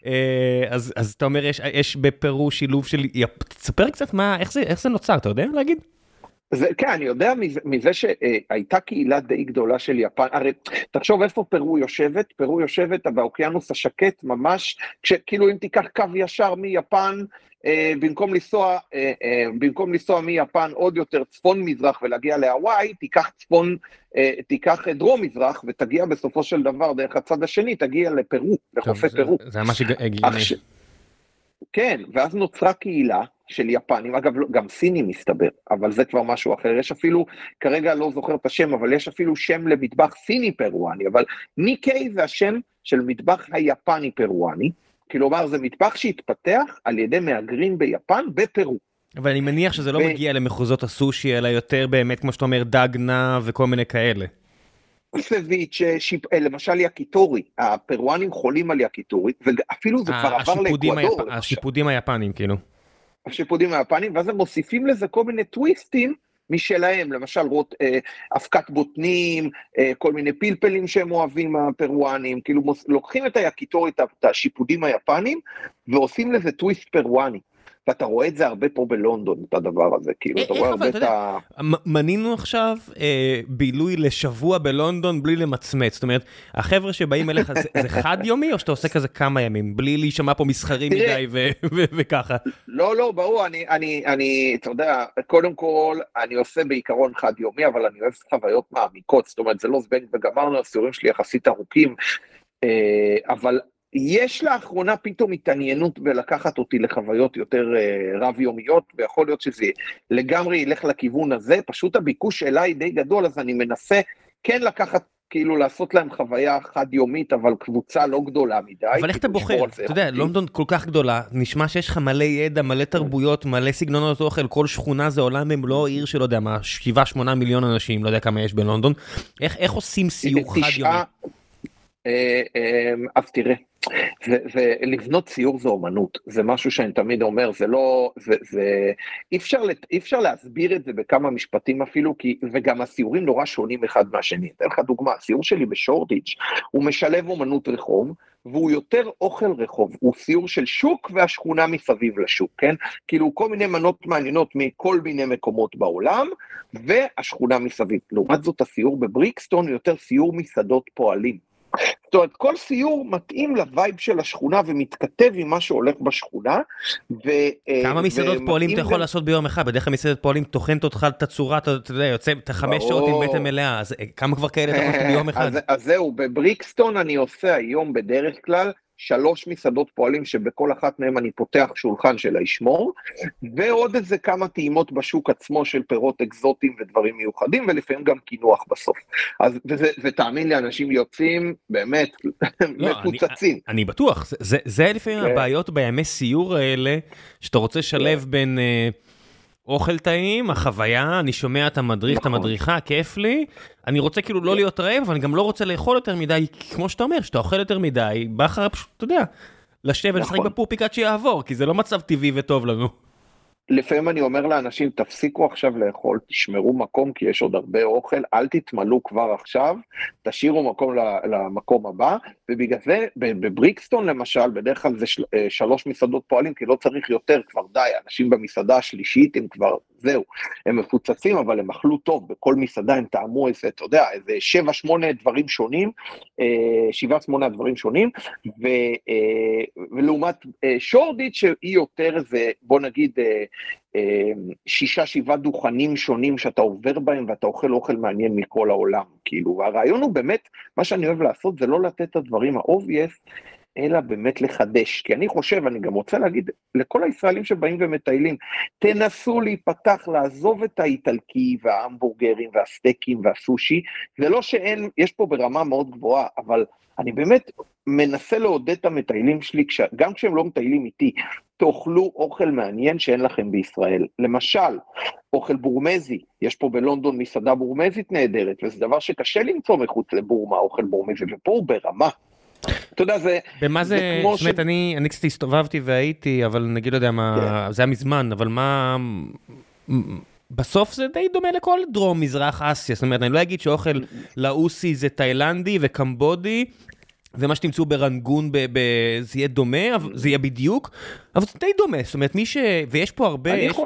אז אתה אומר, יש בפרו שילוב של, תספר קצת מה, איך זה נוצר, אתה יודע להגיד? זה, כן, אני יודע מזה, מזה שהייתה קהילה די גדולה של יפן, הרי תחשוב איפה פרו יושבת, פרו יושבת באוקיינוס השקט ממש, כאילו אם תיקח קו ישר מיפן, אה, במקום לנסוע, אה, אה, במקום לנסוע מיפן עוד יותר צפון מזרח ולהגיע להוואי, תיקח צפון, אה, תיקח דרום מזרח ותגיע בסופו של דבר דרך הצד השני, תגיע לפרו, לחופי זה, פרו. זה ממש הגיוני. כן, ואז נוצרה קהילה של יפנים, אגב גם סינים מסתבר, אבל זה כבר משהו אחר, יש אפילו, כרגע לא זוכר את השם, אבל יש אפילו שם למטבח סיני פרואני, אבל ניקיי זה השם של מטבח היפני פרואני, כלומר זה מטבח שהתפתח על ידי מהגרים ביפן בפרו. אבל אני מניח שזה לא ו... מגיע למחוזות הסושי, אלא יותר באמת, כמו שאתה אומר, דג נע וכל מיני כאלה. סביץ', למשל יקיטורי, הפרואנים חולים על יקיטורי, ואפילו זה כבר עבר לאקוודור. היפ... השיפודים היפנים, כאילו. השיפודים היפנים, ואז הם מוסיפים לזה כל מיני טוויסטים משלהם, למשל רוט, אה, אבקת בוטנים, אה, כל מיני פלפלים שהם אוהבים הפרואנים, כאילו מוס, לוקחים את היקיטורי, את השיפודים היפנים, ועושים לזה טוויסט פרואני. ואתה רואה את זה הרבה פה בלונדון, את הדבר הזה, כאילו, אתה רואה הרבה את ה... מנינו עכשיו בילוי לשבוע בלונדון בלי למצמץ, זאת אומרת, החבר'ה שבאים אליך זה חד יומי, או שאתה עושה כזה כמה ימים, בלי להישמע פה מסחרי מדי וככה? לא, לא, ברור, אני, אתה יודע, קודם כל, אני עושה בעיקרון חד יומי, אבל אני אוהב חוויות מעמיקות, זאת אומרת, זה לא זבנג וגמרנו, הסיורים שלי יחסית ארוכים, אבל... יש לאחרונה פתאום התעניינות בלקחת אותי לחוויות יותר uh, רב-יומיות, ויכול להיות שזה לגמרי ילך לכיוון הזה, פשוט הביקוש אליי די גדול, אז אני מנסה כן לקחת, כאילו לעשות להם חוויה חד-יומית, אבל קבוצה לא גדולה מדי. אבל איך אתה בוחר? אתה יודע, לונדון כל כך גדולה, נשמע שיש לך מלא ידע, מלא תרבויות, מלא סגנונות אוכל, כל שכונה זה עולם, הם לא עיר שלא יודע מה, שבעה שמונה מיליון אנשים, לא יודע כמה יש בלונדון. איך, איך עושים סיור חד-יומי? אז תראה, ולבנות ציור זה אומנות, זה משהו שאני תמיד אומר, זה לא, זה, זה, אי אפשר, אי אפשר להסביר את זה בכמה משפטים אפילו, כי, וגם הציורים נורא שונים אחד מהשני. אתן לך דוגמה, הציור שלי בשורדיץ' הוא משלב אומנות רחוב, והוא יותר אוכל רחוב, הוא ציור של שוק והשכונה מסביב לשוק, כן? כאילו כל מיני מנות מעניינות מכל מיני מקומות בעולם, והשכונה מסביב. לעומת זאת הציור בבריקסטון הוא יותר ציור מסעדות פועלים. זאת אומרת, כל סיור מתאים לווייב של השכונה ומתכתב עם מה שהולך בשכונה. כמה מסעדות פועלים אתה יכול לעשות ביום אחד? בדרך כלל מסעדת פועלים תוכנת אותך את הצורה, אתה יודע, יוצא את החמש שעות עם בטן מלאה, אז כמה כבר כאלה אתה יכול לעשות ביום אחד? אז זהו, בבריקסטון אני עושה היום בדרך כלל, שלוש מסעדות פועלים שבכל אחת מהם אני פותח שולחן של הישמור, ועוד איזה כמה טעימות בשוק עצמו של פירות אקזוטיים ודברים מיוחדים, ולפעמים גם כינוח בסוף. אז, וזה, ותאמין לי, אנשים יוצאים באמת לא, מפוצצים. אני, אני בטוח, זה, זה, זה לפעמים כן. הבעיות בימי סיור האלה, שאתה רוצה לשלב כן. בין... Uh, אוכל טעים, החוויה, אני שומע את המדריך, את המדריכה, כיף לי, אני רוצה כאילו לא להיות רעב, אבל אני גם לא רוצה לאכול יותר מדי, כמו שאתה אומר, שאתה אוכל יותר מדי, בא אחר פשוט, אתה יודע, לשבת, לשחק בפופי עד שיעבור, כי זה לא מצב טבעי וטוב לנו. לפעמים אני אומר לאנשים, תפסיקו עכשיו לאכול, תשמרו מקום, כי יש עוד הרבה אוכל, אל תתמלאו כבר עכשיו, תשאירו מקום למקום הבא, ובגלל זה, בבריקסטון למשל, בדרך כלל זה של, שלוש מסעדות פועלים, כי לא צריך יותר, כבר די, אנשים במסעדה השלישית הם כבר, זהו, הם מפוצצים, אבל הם אכלו טוב, בכל מסעדה הם טעמו איזה, אתה יודע, איזה שבע, שמונה דברים שונים, שבעה, שמונה דברים שונים, ו, ולעומת שורדיץ' שהיא יותר איזה, בוא נגיד, שישה, שבעה דוכנים שונים שאתה עובר בהם, ואתה אוכל אוכל מעניין מכל העולם, כאילו, והרעיון הוא באמת, מה שאני אוהב לעשות, זה לא לתת את הדברים האובייס, אלא באמת לחדש, כי אני חושב, אני גם רוצה להגיד, לכל הישראלים שבאים ומטיילים, תנסו להיפתח, לעזוב את האיטלקי, וההמבורגרים, והסטייקים, והסושי, זה לא שאין, יש פה ברמה מאוד גבוהה, אבל אני באמת מנסה לעודד את המטיילים שלי, גם כשהם לא מטיילים איתי, תאכלו אוכל מעניין שאין לכם בישראל. למשל, אוכל בורמזי, יש פה בלונדון מסעדה בורמזית נהדרת, וזה דבר שקשה למצוא מחוץ לבורמה, אוכל בורמזי, ופה הוא ברמה. אתה יודע, זה... במה זה, זה זאת אומרת, ש... אני, אני קצת הסתובבתי והייתי, אבל נגיד, לא יודע מה, yeah. זה היה מזמן, אבל מה... בסוף זה די דומה לכל דרום מזרח אסיה, זאת אומרת, אני לא אגיד שאוכל לאוסי זה תאילנדי וקמבודי, ומה שתמצאו ברנגון, ב- ב- זה יהיה דומה, זה יהיה בדיוק, אבל זה די דומה, זאת אומרת, מי ש... ויש פה הרבה... אני, יש...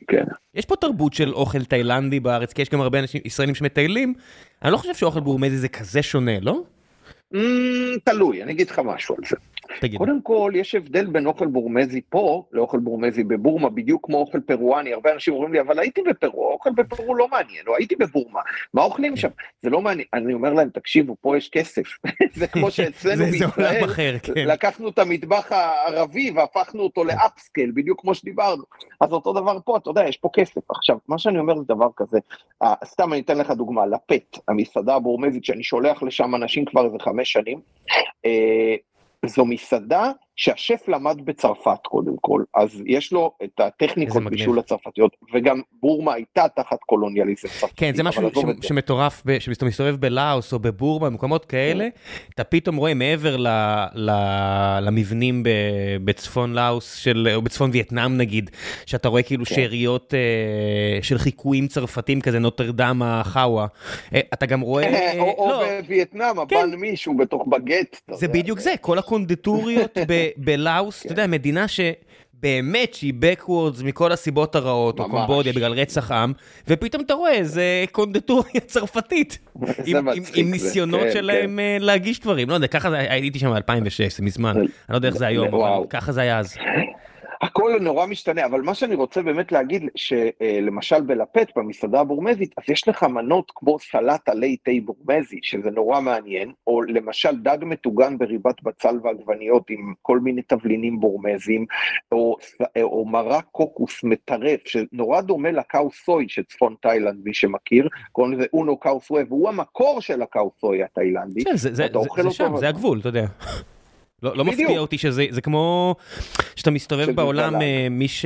כן. יש פה תרבות של אוכל תאילנדי בארץ, כי יש גם הרבה אנשים ישראלים שמטיילים. אני לא חושב שאוכל בורמזי זה כזה שונה, לא? תלוי, אני אגיד לך משהו על זה. תגיד. קודם כל, יש הבדל בין אוכל בורמזי פה לאוכל בורמזי בבורמה, בדיוק כמו אוכל פרואני. הרבה אנשים אומרים לי, אבל הייתי בפרו, אוכל בפרו לא מעניין, או הייתי בבורמה. מה אוכלים שם? זה לא מעניין. אני אומר להם, תקשיבו, פה יש כסף. זה כמו שאצלנו בישראל, לקחנו את המטבח הערבי והפכנו אותו לאפסקל, בדיוק כמו שדיברנו. אז אותו דבר פה, אתה יודע, יש פה כסף. עכשיו, מה שאני אומר זה דבר כזה, סתם אני אתן לך דוגמה, לפט, המסעדה הבורמזית, שאני שולח לשם אנשים כבר איזה חמש שנים, זו מסעדה שהשף למד בצרפת קודם כל, אז יש לו את הטכניקות בישול הצרפתיות, וגם בורמה הייתה תחת קולוניאליזם צרפתי. כן, זה משהו שמטורף, שמסתובב בלאוס או בבורמה, במקומות כאלה, אתה פתאום רואה מעבר למבנים בצפון לאוס, או בצפון וייטנאם נגיד, שאתה רואה כאילו שאריות של חיקויים צרפתים כזה, נוטרדם החאווה, אתה גם רואה... או בווייטנאם, הבן מישהו בתוך בגט. זה בדיוק זה, כל הקונדיטוריות בלאוס, אתה יודע, מדינה שבאמת שהיא backwards מכל הסיבות הרעות, או קומבודיה בגלל רצח עם, ופתאום אתה רואה איזה קונדיטוריה צרפתית, עם ניסיונות שלהם להגיש דברים. לא יודע, ככה הייתי שם ב-אלפיים ושש, זה מזמן, אני לא יודע איך זה היום, אבל ככה זה היה אז. הכל נורא משתנה, אבל מה שאני רוצה באמת להגיד, שלמשל בלפט, במסעדה הבורמזית, אז יש לך מנות כמו סלט עלי תה בורמזי, שזה נורא מעניין, או למשל דג מטוגן בריבת בצל ועגבניות, עם כל מיני תבלינים בורמזיים, או, או מרק קוקוס מטרף, שנורא דומה לקאו סוי של צפון תאילנד, מי שמכיר, קוראים לזה אונו קאו סוי, והוא המקור של הקאו סוי התאילנדי. כן, זה, זה, זה, זה שם, זה הגבול, אתה יודע. לא, לא מפתיע אותי שזה, זה כמו שאתה מסתובב בעולם, מי ש...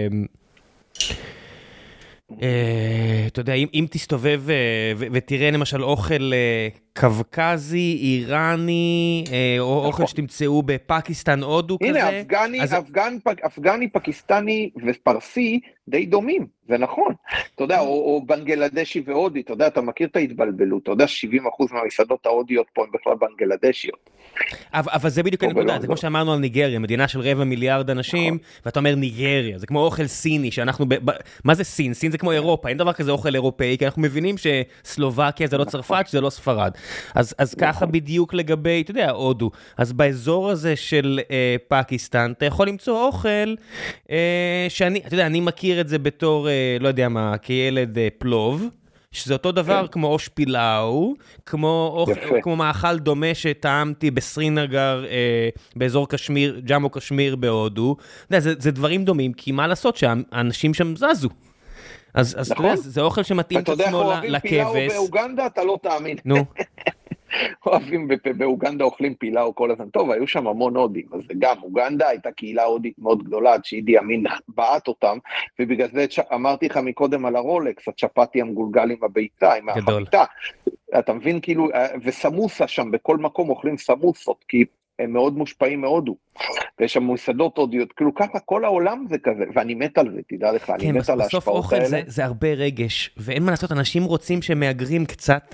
אתה יודע, אם, אם תסתובב ותראה למשל אוכל קווקזי, איראני, או אוכל שתמצאו בפקיסטן, הודו כזה. הנה, אפגני, אפגן, אפגני, פקיסטני ופרסי די דומים, זה נכון. אתה יודע, או בנגלדשי והודי, אתה יודע, אתה מכיר את ההתבלבלות, אתה יודע, שבעים אחוז מהמסעדות ההודיות פה הם בכלל בנגלדשיות. אבל זה בדיוק הנקודה, זה כמו שאמרנו על ניגריה, מדינה של רבע מיליארד אנשים, ואתה אומר ניגריה, זה כמו אוכל סיני, שאנחנו, מה זה סין? סין זה כמו אירופה, אין דבר כזה אוכל אירופאי, כי אנחנו מבינים שסלובקיה זה לא צרפת, שזה לא ספרד. אז, אז ככה בדיוק לגבי, אתה יודע, הודו. אז באזור הזה של אה, פקיסטן, אתה יכול למצוא אוכל, אה, שאני, אתה יודע, אני מכיר את זה בתור, אה, לא יודע מה, כילד אה, פלוב, שזה אותו דבר כמו אוש פילאו, כמו, כמו מאכל דומה שטעמתי בסרינגר, אה, באזור קשמיר, ג'אמו קשמיר בהודו. זה, זה, זה דברים דומים, כי מה לעשות שהאנשים שם זזו. אז, אז נכון. אתה יודע, זה אוכל שמתאים את עצמו לכבש. אתה יודע, אוהבים פילאו באוגנדה, אתה לא תאמין. נו. אוהבים באוגנדה אוכלים פילאו כל הזמן. טוב, היו שם המון הודים, אז גם אוגנדה הייתה קהילה הודית מאוד גדולה, עד שאידי אמין בעט אותם, ובגלל זה אמרתי לך מקודם על הרולקס, הצ'פטי המגולגל עם הביצה, עם החביתה. אתה מבין כאילו, וסמוסה שם, בכל מקום אוכלים סמוסות, כי הם מאוד מושפעים מהודו. ויש שם מסעדות הודיות, כאילו ככה כל העולם זה כזה, ואני מת על זה, תדע לך, אני מת על ההשפעות האלה. בסוף אוכל זה הרבה רגש, ואין מה לעשות, אנשים רוצים שמאגרים קצת...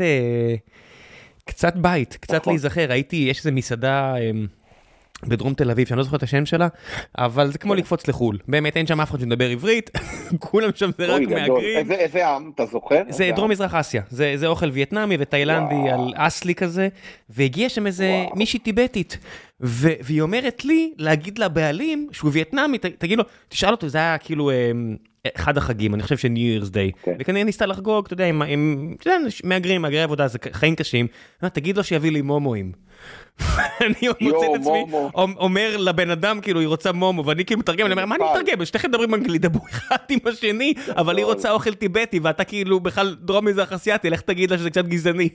קצת בית, קצת להיזכר, הייתי, יש איזו מסעדה בדרום תל אביב, שאני לא זוכר את השם שלה, אבל זה כמו לקפוץ לחול, באמת אין שם אף אחד שמדבר עברית, כולם שם זה רק מאגרים. איזה עם, אתה זוכר? זה דרום מזרח אסיה, זה אוכל וייטנאמי ותאילנדי על אסלי כזה, והגיע שם איזה מישהי טיבטית, והיא אומרת לי להגיד לבעלים שהוא וייטנאמי, תגיד לו, תשאל אותו, זה היה כאילו... אחד החגים, אני חושב ש-New Year's Day, וכנראה ניסתה לחגוג, אתה יודע, עם מאגרים, מאגרי עבודה, זה חיים קשים, תגיד לו שיביא לי מומואים. אני מוצא את עצמי, אומר לבן אדם, כאילו, היא רוצה מומו, ואני כאילו מתרגם, אני אומר, מה אני מתרגם? שתיכם מדברים אנגלית, דברו אחד עם השני, אבל היא רוצה אוכל טיבטי, ואתה כאילו בכלל דרום מזרח אסיאתי, לך תגיד לה שזה קצת גזעני.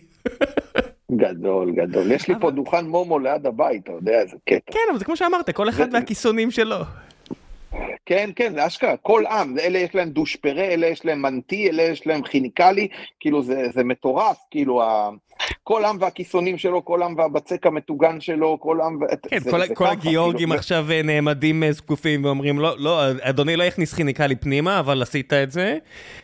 גדול, גדול. יש לי פה דוכן מומו ליד הבית, אתה יודע, זה קטע. כן, אבל זה כמו שאמרת, כל אחד והכיסונים שלו. כן, כן, זה אשכרה, כל עם, אלה יש להם דושפרה, אלה יש להם מנטי, אלה יש להם חיניקלי, כאילו זה, זה מטורף, כאילו, ה... כל עם והכיסונים שלו, כל עם והבצק המטוגן שלו, כל עם... כן, זה, כל, זה כל ככה, הגיאורגים כאילו, עכשיו זה... נעמדים זקופים ואומרים, לא, לא, אדוני לא יכניס חיניקלי פנימה, אבל עשית את זה.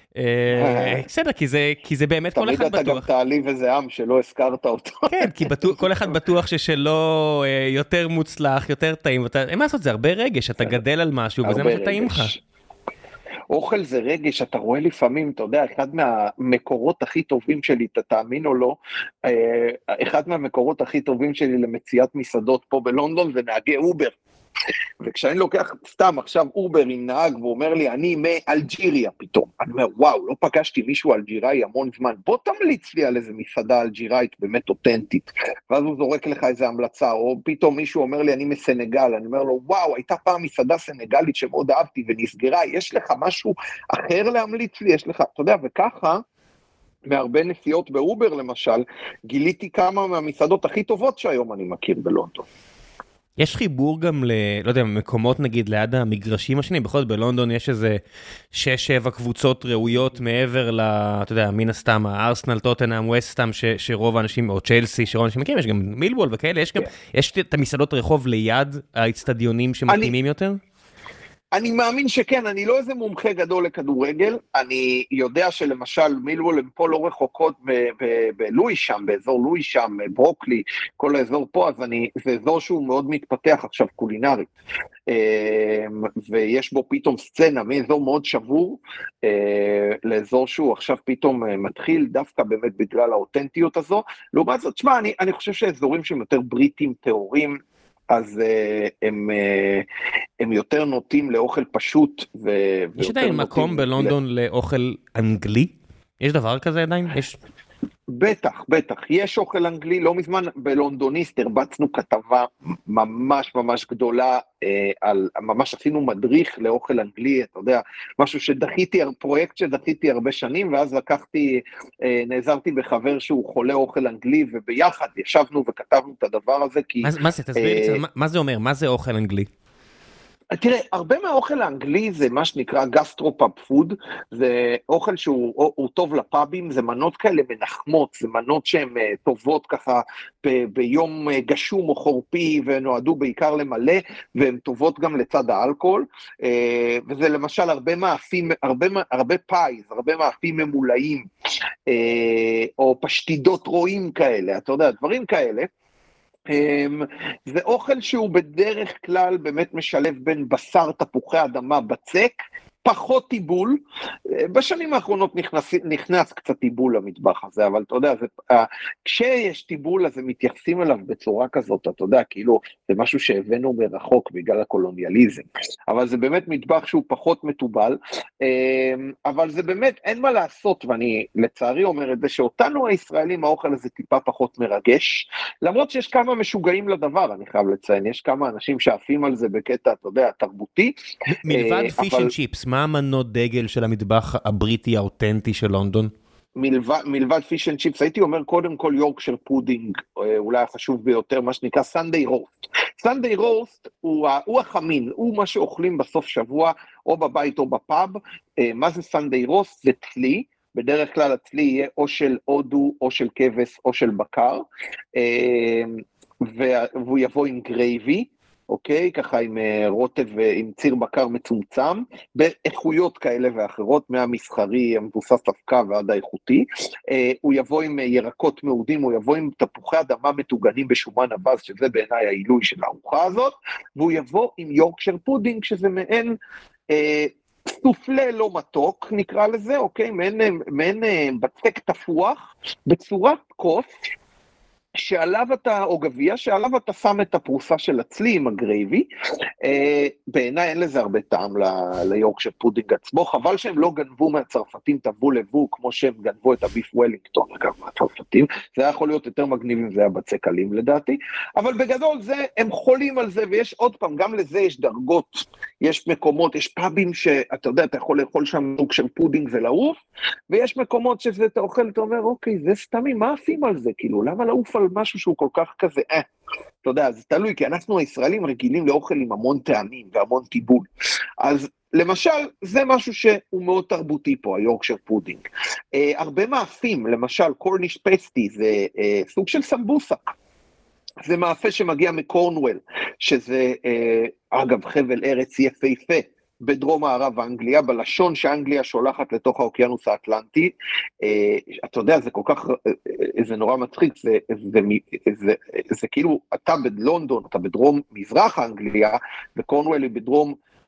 בסדר, כי זה באמת כל אחד בטוח. תמיד אתה גם תעליב איזה עם שלא הזכרת אותו. כן, כי כל אחד בטוח ששלו יותר מוצלח, יותר טעים. אין מה לעשות, זה הרבה רגש, אתה גדל על משהו, וזה מה שטעים לך. אוכל זה רגש, אתה רואה לפעמים, אתה יודע, אחד מהמקורות הכי טובים שלי, אתה תאמין או לא, אחד מהמקורות הכי טובים שלי למציאת מסעדות פה בלונדון זה נהגי אובר. וכשאני לוקח סתם עכשיו אובר עם נהג, והוא אומר לי, אני מאלג'יריה פתאום, אני אומר, וואו, לא פגשתי מישהו אלג'יראי המון זמן, בוא תמליץ לי על איזה מסעדה אלג'יראית באמת אותנטית, ואז הוא זורק לך איזה המלצה, או פתאום מישהו אומר לי, אני מסנגל, אני אומר לו, וואו, הייתה פעם מסעדה סנגלית שמאוד אהבתי ונסגרה, יש לך משהו אחר להמליץ לי, יש לך, אתה יודע, וככה, מהרבה נסיעות באובר למשל, גיליתי כמה מהמסעדות הכי טובות שהיום אני מכיר בלונדון. יש חיבור גם ל... לא יודע, מקומות נגיד ליד המגרשים השניים, בכל זאת בלונדון יש איזה שש שבע קבוצות ראויות מעבר ל... אתה יודע, מן הסתם, הארסנל, טוטנהאם, וסטהאם, ש... שרוב האנשים, או צ'לסי, שרוב האנשים מכירים, יש גם מילוול וכאלה, יש גם... יש את המסעדות רחוב ליד האצטדיונים שמתאימים יותר? אני מאמין שכן, אני לא איזה מומחה גדול לכדורגל, אני יודע שלמשל מילוול הם פה לא רחוקות בלואי שם, באזור לואי שם, ברוקלי, כל האזור פה, אז אני, זה אזור שהוא מאוד מתפתח עכשיו קולינרית, ויש בו פתאום סצנה מאזור מאוד שבור, לאזור שהוא עכשיו פתאום מתחיל, דווקא באמת בגלל האותנטיות הזו, לעומת זאת, שמה, אני, אני חושב שהאזורים שהם יותר בריטים, טהורים, אז uh, הם, uh, הם יותר נוטים לאוכל פשוט. ו- יש עדיין מקום בלונדון ל... לאוכל אנגלי? יש דבר כזה עדיין? יש... בטח, בטח. יש אוכל אנגלי, לא מזמן בלונדוניסט הרבצנו כתבה ממש ממש גדולה, אה, על, ממש עשינו מדריך לאוכל אנגלי, אתה יודע, משהו שדחיתי, פרויקט שדחיתי הרבה שנים, ואז לקחתי, אה, נעזרתי בחבר שהוא חולה אוכל אנגלי, וביחד ישבנו וכתבנו את הדבר הזה, כי... מה, מה זה, תסביר לי, אה, מה, מה זה אומר? מה זה אוכל אנגלי? תראה, הרבה מהאוכל האנגלי זה מה שנקרא גסטרופאב פוד, זה אוכל שהוא הוא טוב לפאבים, זה מנות כאלה מנחמות, זה מנות שהן טובות ככה ב, ביום גשום או חורפי, ונועדו בעיקר למלא, והן טובות גם לצד האלכוהול, וזה למשל הרבה מאפים, הרבה, הרבה פייז, הרבה מאפים ממולאים, או פשטידות רואים כאלה, אתה יודע, דברים כאלה, זה אוכל שהוא בדרך כלל באמת משלב בין בשר, תפוחי אדמה, בצק, פחות טיבול, בשנים האחרונות נכנס, נכנס קצת טיבול למטבח הזה, אבל אתה יודע, זה, כשיש טיבול אז הם מתייחסים אליו בצורה כזאת, אתה יודע, כאילו זה משהו שהבאנו מרחוק בגלל הקולוניאליזם, אבל זה באמת מטבח שהוא פחות מטובל, אבל זה באמת אין מה לעשות, ואני לצערי אומר את זה, שאותנו הישראלים האוכל הזה טיפה פחות מרגש, למרות שיש כמה משוגעים לדבר, אני חייב לציין, יש כמה אנשים שעפים על זה בקטע, אתה יודע, תרבותי. מלבד פיש אנד צ'יפס, מה המנות דגל של המטבח הבריטי האותנטי של לונדון? מלבד, מלבד פיש אנד צ'יפס, הייתי אומר קודם כל יורקשייר פודינג, אולי החשוב ביותר, מה שנקרא סנדיי רוסט. סנדיי רוסט הוא, הוא החמין, הוא מה שאוכלים בסוף שבוע, או בבית או בפאב. מה זה סנדיי רוסט? זה צלי, בדרך כלל הצלי יהיה או של הודו, או של כבש, או של בקר, והוא יבוא עם גרייבי, אוקיי, ככה עם רוטב ועם ציר בקר מצומצם, באיכויות כאלה ואחרות, מהמסחרי, המבוסס אבקה ועד האיכותי, הוא יבוא עם ירקות מעודים, הוא יבוא עם תפוחי אדמה מטוגנים בשומן אבז, שזה בעיניי העילוי של הארוחה הזאת, והוא יבוא עם יורקשייר פודינג, שזה מעין אה, סופלה לא מתוק, נקרא לזה, אוקיי, מעין, מעין בצק תפוח, בצורת כוס, שעליו אתה, או גביע, שעליו אתה שם את הפרוסה של הצלי עם הגרייבי, אה, בעיניי אין לזה הרבה טעם ליורקשייר פודינג עצמו, חבל שהם לא גנבו מהצרפתים, תבוא לבוא, כמו שהם גנבו את הביף וולינגטון, אגב, מהצרפתים, זה היה יכול להיות יותר מגניב אם זה היה בצק עלים לדעתי, אבל בגדול זה, הם חולים על זה, ויש עוד פעם, גם לזה יש דרגות, יש מקומות, יש פאבים שאתה יודע, אתה יכול לאכול שם יורקשייר פודינג ולעוף, ויש מקומות שזה אתה אוכל, אתה אומר, אוקיי, זה סתמי, מה עפים על זה, כאילו, למה לעוף על משהו שהוא כל כך כזה, אה, אתה יודע, זה תלוי, כי אנחנו הישראלים רגילים לאוכל עם המון טעמים והמון טיבול, אז למשל, זה משהו שהוא מאוד תרבותי פה, היורקשייר פודינג, אה, הרבה מאפים, למשל, קורניש פסטי, זה אה, סוג של סמבוסק, זה מאפה שמגיע מקורנוול, שזה, אה, אגב, חבל ארץ יפהפה, בדרום מערב האנגליה, בלשון שאנגליה שולחת לתוך האוקיינוס האטלנטי, אה, אתה יודע, זה כל כך, אה, זה נורא מצחיק, זה, זה, זה, זה, זה כאילו, אתה בלונדון, אתה בדרום מזרח האנגליה, וקורנוול היא בדרום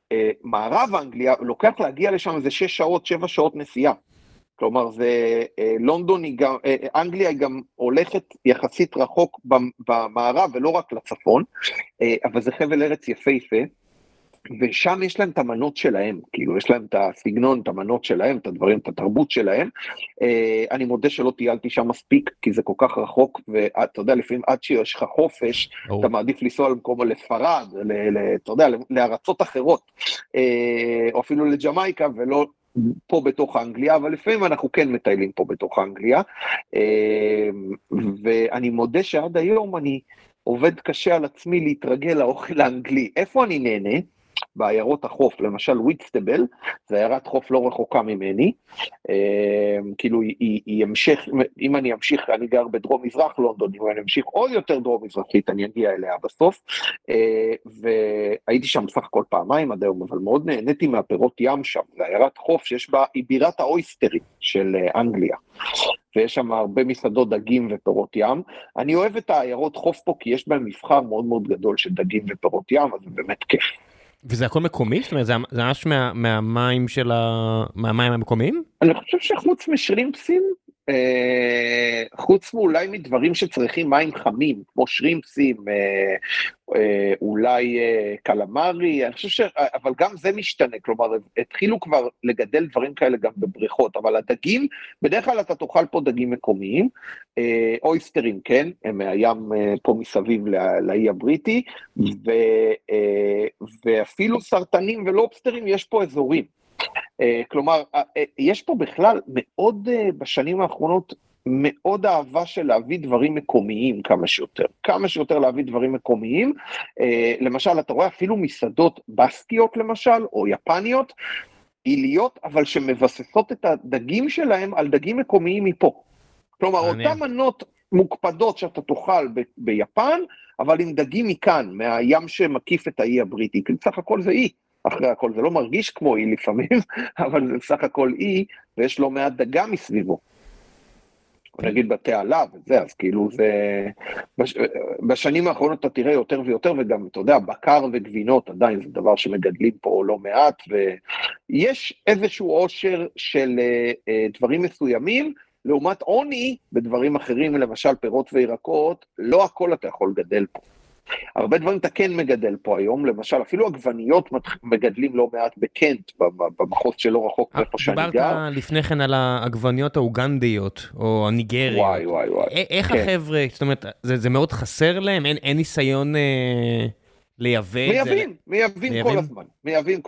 מערב אנגליה, לוקח להגיע לשם איזה שש שעות, שבע שעות נסיעה. כלומר, זה, לונדון היא גם, אנגליה היא גם הולכת יחסית רחוק במערב, ולא רק לצפון, אבל זה חבל ארץ יפהפה, ושם יש להם את המנות שלהם, כאילו יש להם את הסגנון, את המנות שלהם, את הדברים, את התרבות שלהם. אני מודה שלא טיילתי שם מספיק, כי זה כל כך רחוק, ואתה יודע, לפעמים עד שיש לך חופש, אתה מעדיף לנסוע למקום לספרד, אתה יודע, לארצות אחרות, או אפילו לג'מייקה, ולא פה בתוך אנגליה, אבל לפעמים אנחנו כן מטיילים פה בתוך אנגליה, ואני מודה שעד היום אני עובד קשה על עצמי להתרגל לאוכל האנגלי. איפה אני נהנה? בעיירות החוף, למשל וויטסטבל, זה עיירת חוף לא רחוקה ממני, כאילו היא, היא המשך, אם אני אמשיך, אני גר בדרום מזרח לונדון, אם אני אמשיך עוד יותר דרום מזרחית, אני אגיע אליה בסוף, והייתי שם סך הכל פעמיים עד היום, אבל מאוד נהניתי מהפירות ים שם, זה עיירת חוף שיש בה, היא בירת האויסטרים של אנגליה, ויש שם הרבה מסעדות דגים ופירות ים. אני אוהב את העיירות חוף פה, כי יש בהם מבחר מאוד מאוד גדול של דגים ופירות ים, אז זה באמת כיף. וזה הכל מקומי? זאת אומרת, זה ממש מה, מהמים של ה... מהמים המקומיים? אני חושב שחוץ משרימפסים, אה, חוץ מאולי מדברים שצריכים מים חמים, כמו שרימפסים, אה, אה, אולי אה, קלמרי, אני חושב ש... אבל גם זה משתנה, כלומר, התחילו כבר לגדל דברים כאלה גם בבריכות, אבל הדגים, בדרך כלל אתה תאכל פה דגים מקומיים, אה, אויסטרים, כן, הם מהים אה, פה מסביב לאי הבריטי, ו, אה, ואפילו סרטנים ולובסטרים יש פה אזורים. כלומר, יש פה בכלל מאוד בשנים האחרונות, מאוד אהבה של להביא דברים מקומיים כמה שיותר, כמה שיותר להביא דברים מקומיים, למשל, אתה רואה אפילו מסעדות בסקיות למשל, או יפניות, עיליות, אבל שמבססות את הדגים שלהם על דגים מקומיים מפה. כלומר, אותן מנות מוקפדות שאתה תאכל ב- ביפן, אבל עם דגים מכאן, מהים שמקיף את האי הבריטי, כי סך הכל זה אי. אחרי הכל, זה לא מרגיש כמו אי לפעמים, אבל זה סך הכל אי, ויש לו מעט דגה מסביבו. נגיד בתעלה וזה, אז כאילו זה... בש... בשנים האחרונות אתה תראה יותר ויותר, וגם, אתה יודע, בקר וגבינות עדיין זה דבר שמגדלים פה לא מעט, ויש איזשהו עושר של uh, דברים מסוימים, לעומת עוני בדברים אחרים, למשל פירות וירקות, לא הכל אתה יכול לגדל פה. הרבה דברים אתה כן מגדל פה היום, למשל, אפילו עגבניות מגדלים לא מעט בקנט, במחוז שלא רחוק מאיפה שאני גר. דיברת לפני כן על העגבניות האוגנדיות, או הניגריות. וואי, וואי, וואי. איך החבר'ה, זאת אומרת, זה מאוד חסר להם? אין ניסיון לייבא את זה? מייבאים, מייבאים כל הזמן. מייבאים,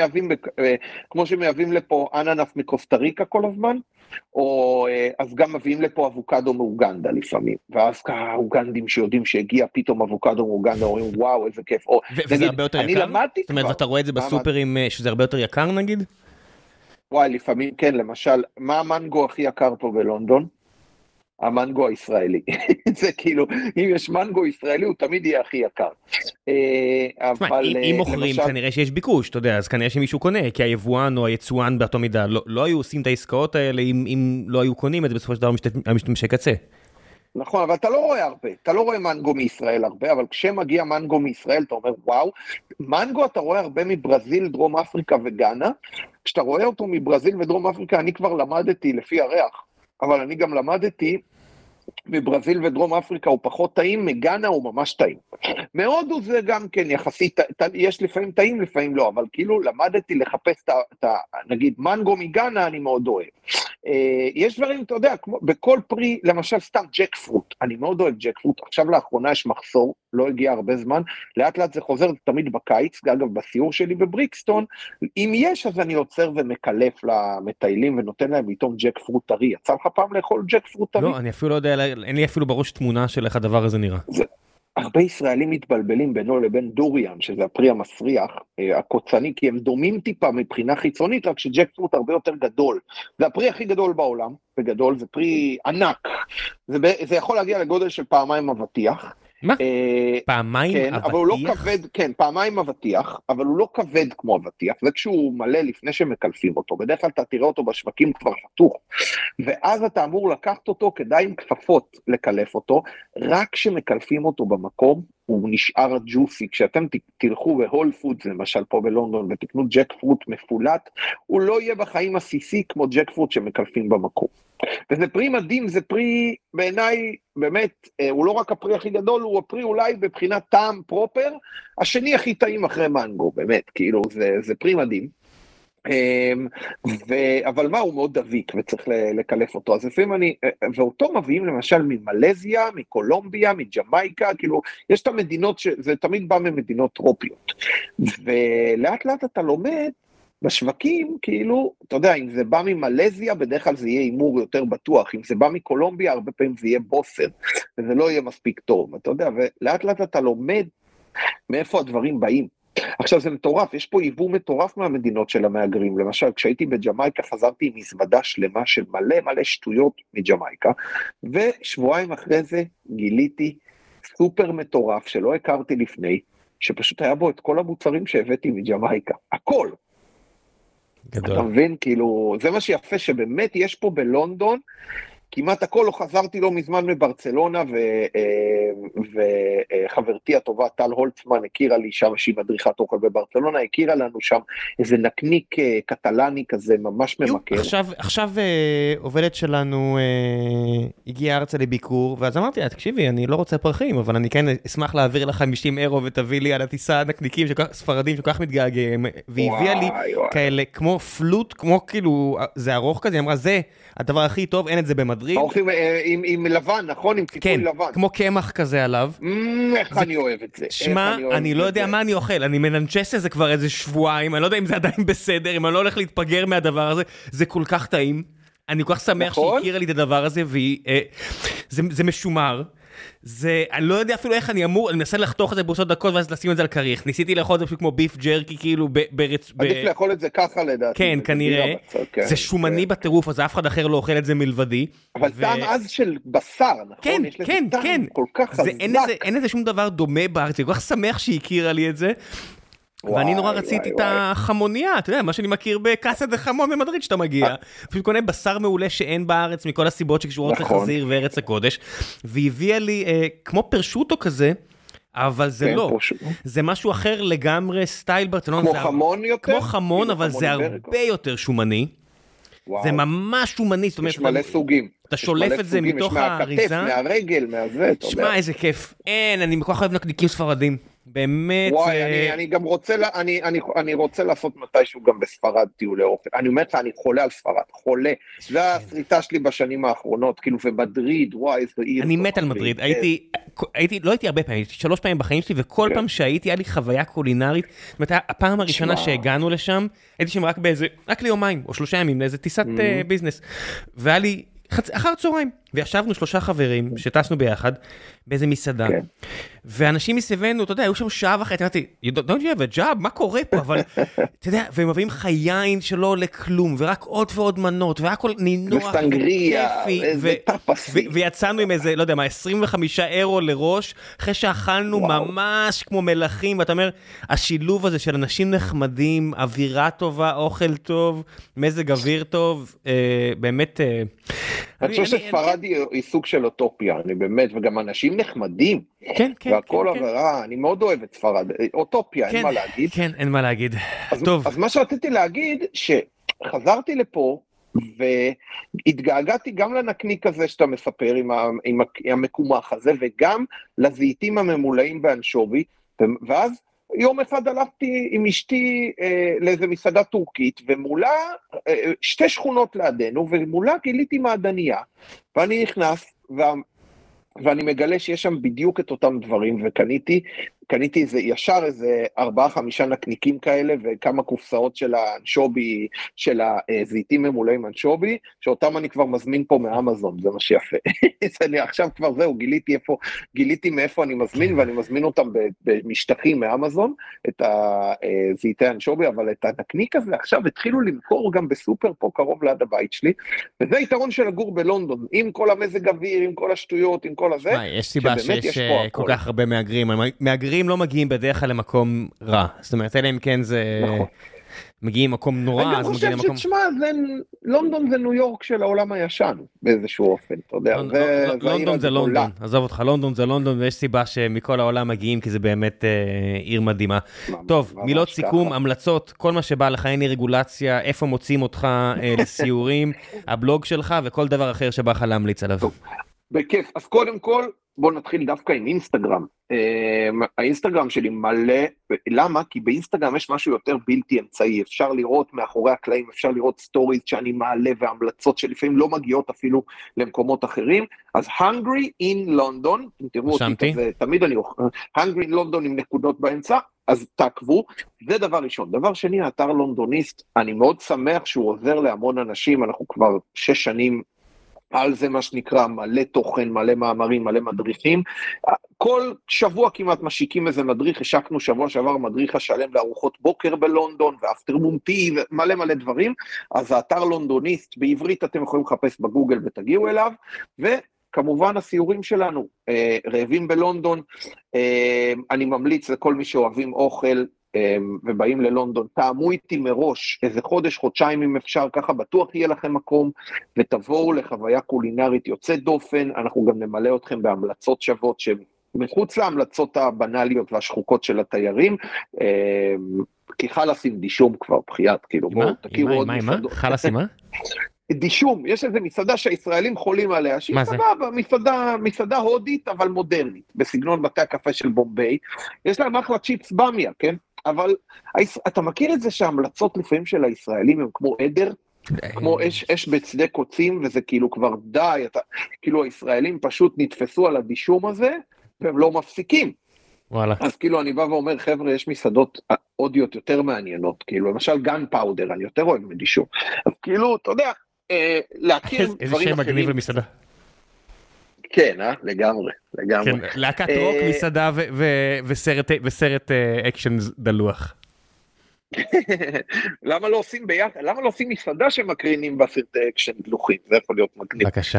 כמו שמייבאים לפה אננס מקוסטה ריקה כל הזמן, או אז גם מביאים לפה אבוקדו מאוגנדה לפעמים, ואז האוגנדים שיודעים שהגיע פתאום אבוקדו מאוגנדה, אומרים וואו איזה כיף, או וזה הרבה יותר יקר? זאת אומרת, ואתה רואה את זה בסופרים שזה הרבה יותר יקר נגיד? וואי, לפעמים כן, למשל, מה המנגו הכי יקר פה בלונדון? המנגו הישראלי. זה כאילו, אם יש מנגו ישראלי, הוא תמיד יהיה הכי יקר. אם מוכרים, כנראה שיש ביקוש, אתה יודע, אז כנראה שמישהו קונה, כי היבואן או היצואן באותו מידה, לא היו עושים את העסקאות האלה, אם לא היו קונים את זה בסופו של דבר המשתמשי קצה. נכון, אבל אתה לא רואה הרבה, אתה לא רואה מנגו מישראל הרבה, אבל כשמגיע מנגו מישראל, אתה אומר, וואו, מנגו אתה רואה הרבה מברזיל, דרום אפריקה וגאנה, כשאתה רואה אותו מברזיל ודרום אפריקה, אני כבר למדתי לפי הריח, אבל אני גם למדתי, מברזיל ודרום אפריקה הוא פחות טעים, מגאנה הוא ממש טעים. מהודו זה גם כן יחסית, יש לפעמים טעים, לפעמים לא, אבל כאילו למדתי לחפש את ה... נגיד מנגו מגאנה אני מאוד אוהב. יש דברים, אתה יודע, כמו, בכל פרי, למשל סתם ג'ק פרוט, אני מאוד אוהב ג'ק פרוט, עכשיו לאחרונה יש מחסור, לא הגיע הרבה זמן, לאט לאט זה חוזר תמיד בקיץ, אגב בסיור שלי בבריקסטון, אם יש אז אני עוצר ומקלף למטיילים ונותן להם איתום ג'ק פרוט טרי, יצא לך פעם לאכול ג'ק פרוט טרי? לא, אני אפילו לא יודע, אין לי אפילו בראש תמונה של איך הדבר הזה נראה. זה... הרבה ישראלים מתבלבלים בינו לבין דוריאן, שזה הפרי המסריח, הקוצני, כי הם דומים טיפה מבחינה חיצונית, רק שג'ק פרוט הרבה יותר גדול. זה הפרי הכי גדול בעולם, בגדול, זה פרי ענק. זה, זה יכול להגיע לגודל של פעמיים אבטיח. מה? פעמיים כן, אבטיח? אבל הוא לא כבד, כן, פעמיים אבטיח, אבל הוא לא כבד כמו אבטיח, זה כשהוא מלא לפני שמקלפים אותו, בדרך כלל אתה תראה אותו בשווקים כבר חתוך, ואז אתה אמור לקחת אותו כדאי עם כפפות לקלף אותו, רק כשמקלפים אותו במקום, הוא נשאר ג'וסי, כשאתם תלכו בהול פודס, למשל פה בלונדון, ותקנו ג'ק פרוט מפולט, הוא לא יהיה בחיים עסיסי כמו ג'ק פרוט שמקלפים במקום. וזה פרי מדהים, זה פרי בעיניי, באמת, הוא לא רק הפרי הכי גדול, הוא הפרי אולי בבחינת טעם פרופר, השני הכי טעים אחרי מנגו, באמת, כאילו, זה, זה פרי מדהים. ו... אבל מה, הוא מאוד דביק וצריך לקלף אותו, אז לפעמים אני, ואותו מביאים למשל ממלזיה, מקולומביה, מג'מייקה, כאילו, יש את המדינות שזה תמיד בא ממדינות טרופיות, ולאט לאט אתה לומד, בשווקים, כאילו, אתה יודע, אם זה בא ממלזיה, בדרך כלל זה יהיה אימור יותר בטוח, אם זה בא מקולומביה, הרבה פעמים זה יהיה בוסר, וזה לא יהיה מספיק טוב, אתה יודע, ולאט לאט אתה לומד מאיפה הדברים באים. עכשיו זה מטורף, יש פה ייבוא מטורף מהמדינות של המהגרים, למשל כשהייתי בג'מייקה חזרתי עם מזוודה שלמה של מלא מלא שטויות מג'מייקה, ושבועיים אחרי זה גיליתי סופר מטורף שלא הכרתי לפני, שפשוט היה בו את כל המוצרים שהבאתי מג'מייקה, הכל. גדול. אתה מבין, כאילו, זה מה שיפה שבאמת יש פה בלונדון, כמעט הכל, לא חזרתי לא מזמן מברצלונה, וחברתי הטובה טל הולצמן הכירה לי שם, שהיא מדריכת אוכל בברצלונה, הכירה לנו שם איזה נקניק קטלני כזה, ממש ממכר. עכשיו, עכשיו עובדת שלנו הגיעה ארצה לביקור, ואז אמרתי לה, תקשיבי, אני לא רוצה פרחים, אבל אני כן אשמח להעביר לך חמישים אירו, ותביא לי על הטיסה נקניקים ספרדים שכל כך מתגעגעים, והביאה לי כאלה, כמו פלוט, כמו כאילו, זה ארוך כזה, היא אמרה, זה הדבר הכי טוב, אין את זה במדריד. אורחים עם לבן, נכון? עם ציפוי לבן. כמו קמח כזה עליו. איך אני אוהב את זה. שמע, אני לא יודע מה אני אוכל, אני מננצ'ס לזה כבר איזה שבועיים, אני לא יודע אם זה עדיין בסדר, אם אני לא הולך להתפגר מהדבר הזה, זה כל כך טעים. אני כל כך שמח שהכירה לי את הדבר הזה, וזה משומר. זה, אני לא יודע אפילו איך אני אמור, אני מנסה לחתוך את זה בעושות דקות ואז לשים את זה על כריך. ניסיתי לאכול את זה פשוט כמו ביף ג'רקי, כאילו ברצ... עדיף לאכול את זה ככה לדעתי. כן, כנראה. זה שומני בטירוף, אז אף אחד אחר לא אוכל את זה מלבדי. אבל טעם אז של בשר, נכון? כן, כן, כן. כל כך חזק. אין איזה שום דבר דומה בארץ, אני כל כך שמח שהיא הכירה לי את זה. ואני נורא רציתי את החמוניה, אתה יודע, מה שאני מכיר בקאסה דה חמון במדריד שאתה מגיע, פשוט קונה בשר מעולה שאין בארץ, מכל הסיבות שקשורות לחזיר וארץ הקודש, והביאה לי כמו פרשוטו כזה, אבל זה לא, זה משהו אחר לגמרי, סטייל ברצלונה. כמו חמון יותר? כמו חמון, אבל זה הרבה יותר שומני. זה ממש שומני. יש מלא סוגים. אתה שולף את זה מתוך האריזה. יש מהכתף, מהרגל, מהזה. שמע, איזה כיף. אין, אני כל כך אוהב נקניקים ספרדים. באמת. וואי, אני, אני גם רוצה, אני, אני, אני רוצה לעשות מתישהו גם בספרד טיולי אוכל. אני אומר לך, אני חולה על ספרד, חולה. זה הסריטה שלי בשנים האחרונות, כאילו, ומדריד, וואי, איזה עיר. אני מת על מדריד. הייתי, הייתי, לא הייתי הרבה פעמים, הייתי שלוש פעמים בחיים שלי, וכל פעם שהייתי, היה לי חוויה קולינרית. זאת אומרת, הפעם הראשונה שהגענו לשם, הייתי שם רק באיזה, רק ליומיים, או שלושה ימים, לאיזה טיסת ביזנס. והיה לי אחר צהריים, וישבנו שלושה חברים שטסנו ביחד באיזה מסעדה, ואנשים מסביבנו, אתה יודע, היו שם שעה וחצי, אמרתי, don't you have a job? מה קורה פה? אבל, אתה יודע, והם מביאים חיין שלא עולה כלום, ורק עוד ועוד מנות, והכל נינוח וכיפי, ויצאנו עם איזה, לא יודע מה, עשרים וחמישה אירו לראש, אחרי שאכלנו ממש כמו מלכים, ואתה אומר, השילוב הזה של אנשים נחמדים, אווירה טובה, אוכל טוב, מזג אוויר טוב, באמת... אני חושב שספרד היא סוג של אוטופיה, אני באמת, וגם אנשים נחמדים, והכל עברה, אני מאוד אוהב את ספרד, אוטופיה, אין מה להגיד. כן, אין מה להגיד. טוב. אז מה שרציתי להגיד, שחזרתי לפה, והתגעגעתי גם לנקניק הזה שאתה מספר, עם המקומח הזה, וגם לזיתים הממולאים באנשובי, ואז, יום אחד הלכתי עם אשתי אה, לאיזו מסעדה טורקית, ומולה, אה, שתי שכונות לידינו, ומולה גיליתי מעדניה, ואני נכנס, וה, ואני מגלה שיש שם בדיוק את אותם דברים, וקניתי קניתי איזה, ישר איזה ארבעה חמישה נקניקים כאלה, וכמה קופסאות של האנשובי, של הזיתים ממולאים אנשובי, שאותם אני כבר מזמין פה מאמזון, זה מה שיפה. אני עכשיו כבר זהו, גיליתי איפה, גיליתי מאיפה אני מזמין, ואני מזמין אותם במשטחים מאמזון, את הזיתי האנשובי, אבל את הנקניק הזה עכשיו התחילו למכור גם בסופר פה קרוב ליד הבית שלי, וזה היתרון של לגור בלונדון, עם כל המזג אוויר, עם כל השטויות, עם כל הזה. יש סיבה שיש כל כך הרבה מהגרים, מהגרים לא מגיעים בדרך כלל למקום רע, זאת אומרת, אלא אם כן זה... נכון. מגיעים מקום נורא, אני גם חושב שתשמע, לונדון זה ניו יורק של העולם הישן, באיזשהו אופן, אתה יודע. לונדון זה לונדון, עזוב אותך, לונדון זה לונדון, ויש סיבה שמכל העולם מגיעים, כי זה באמת עיר מדהימה. טוב, מילות סיכום, המלצות, כל מה שבא לך, אין לי רגולציה, איפה מוצאים אותך לסיורים, הבלוג שלך, וכל דבר אחר שבא לך להמליץ עליו. בכיף, אז קודם כל, בוא נתחיל דווקא עם אינסטגרם. האינסטגרם שלי מלא, למה? כי באינסטגרם יש משהו יותר בלתי אמצעי, אפשר לראות מאחורי הקלעים, אפשר לראות סטוריז שאני מעלה, והמלצות שלפעמים לא מגיעות אפילו למקומות אחרים, אז Hungry in London, תראו אותי כזה, תמיד אני אוכל, Hungry in London עם נקודות באמצע, אז תעקבו, זה דבר ראשון. דבר שני, האתר לונדוניסט, אני מאוד שמח שהוא עוזר להמון אנשים, אנחנו כבר שש שנים, על זה מה שנקרא, מלא תוכן, מלא מאמרים, מלא מדריכים. כל שבוע כמעט משיקים איזה מדריך, השקנו שבוע שעבר מדריך השלם לארוחות בוקר בלונדון, ואפטרנון טי, ומלא מלא דברים. אז האתר לונדוניסט, בעברית אתם יכולים לחפש בגוגל ותגיעו אליו, וכמובן הסיורים שלנו, רעבים בלונדון, אני ממליץ לכל מי שאוהבים אוכל, ובאים ללונדון, תאמו איתי מראש איזה חודש, חודשיים אם אפשר, ככה בטוח יהיה לכם מקום, ותבואו לחוויה קולינרית יוצאת דופן, אנחנו גם נמלא אתכם בהמלצות שוות, שמחוץ להמלצות הבנליות והשחוקות של התיירים, כי חלס עם דישום כבר בחיית, כאילו בואו תכירו עוד מסעדות. חלס עם מה? דישום, יש איזו מסעדה שהישראלים חולים עליה, שהיא סבבה, מסעדה, מסעדה הודית, אבל מודרנית, בסגנון בתי הקפה של בומביי, יש להם אחלה צ'יפס במיה, כן? אבל אתה מכיר את זה שההמלצות לפעמים של הישראלים הם כמו עדר, כמו אש, אש בצדי קוצים, וזה כאילו כבר די, אתה, כאילו הישראלים פשוט נתפסו על הדישום הזה, והם לא מפסיקים. וואלה. אז כאילו אני בא ואומר, חבר'ה, יש מסעדות אודיות יותר מעניינות, כאילו למשל גן פאודר, אני יותר אוהב מדישום. אז כאילו, אתה יודע, אה, להכיר דברים אחרים. איזה שם מגניב למסעדה. כן, אה? לגמרי, לגמרי. כן, להקת רוק, מסעדה וסרט אקשן דלוח. למה לא עושים ביחד? למה לא עושים מסעדה שמקרינים בסרטי אקשן דלוחים? זה יכול להיות מגניב. בבקשה.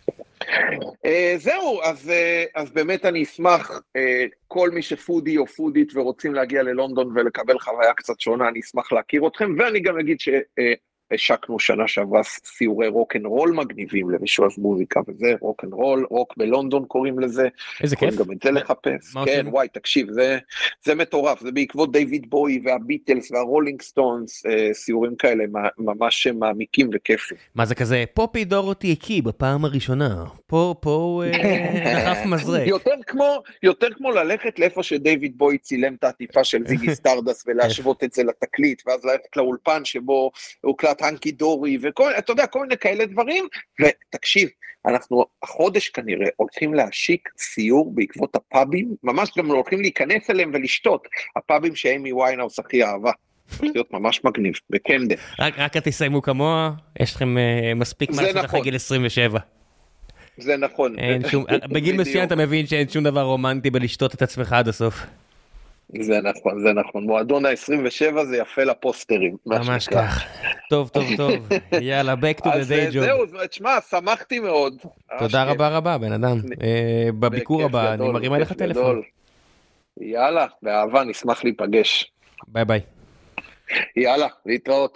זהו, אז באמת אני אשמח, כל מי שפודי או פודית ורוצים להגיע ללונדון ולקבל חוויה קצת שונה, אני אשמח להכיר אתכם, ואני גם אגיד ש... השקנו שנה שעברה סיורי רוק אנד רול מגניבים למישהו אז מוזיקה, וזה רוק אנד רול, רוק בלונדון קוראים לזה. איזה כיף. גם את זה לחפש. כן, וואי, תקשיב, זה, זה מטורף, זה בעקבות דיוויד בוי והביטלס והרולינג סטונס, סיורים כאלה ממש מעמיקים וכיפים. מה זה כזה? פופי דורותי הקי בפעם הראשונה, פה, פה נחף מזרק. יותר כמו, יותר כמו ללכת לאיפה שדיוויד בוי צילם את העטיפה של זיגי סטרדס, ולהשוות את זה לתקליט, ואז ללכת לאולפן שבו הוקלט הנקי דורי, וכל, אתה יודע, כל מיני כאלה דברים, ותקשיב, אנחנו החודש כנראה הולכים להשיק סיור בעקבות הפאבים, ממש גם הולכים להיכנס אליהם ולשתות, הפאבים שאימי ויינהאוס הכי אהבה, להיות ממש מגניב, בקמדן. רק, רק תסיימו כמוה, יש לכם uh, מספיק מה לעשות אחרי גיל עשרים ושבע. זה נכון. שום, בגיל מסוים אתה מבין שאין שום דבר רומנטי בלשתות את עצמך עד הסוף. זה נכון, זה נכון. מועדון ה-עשרים ושבע זה יפה לפוסטרים. ממש כך. טוב, טוב, טוב. יאללה, back to the day job. אז זהו, תשמע, שמחתי מאוד. תודה רבה רבה, בן אדם. בביקור הבא, אני מרים עליך טלפון. יאללה, באהבה, נשמח להיפגש. ביי ביי. יאללה, להתראות.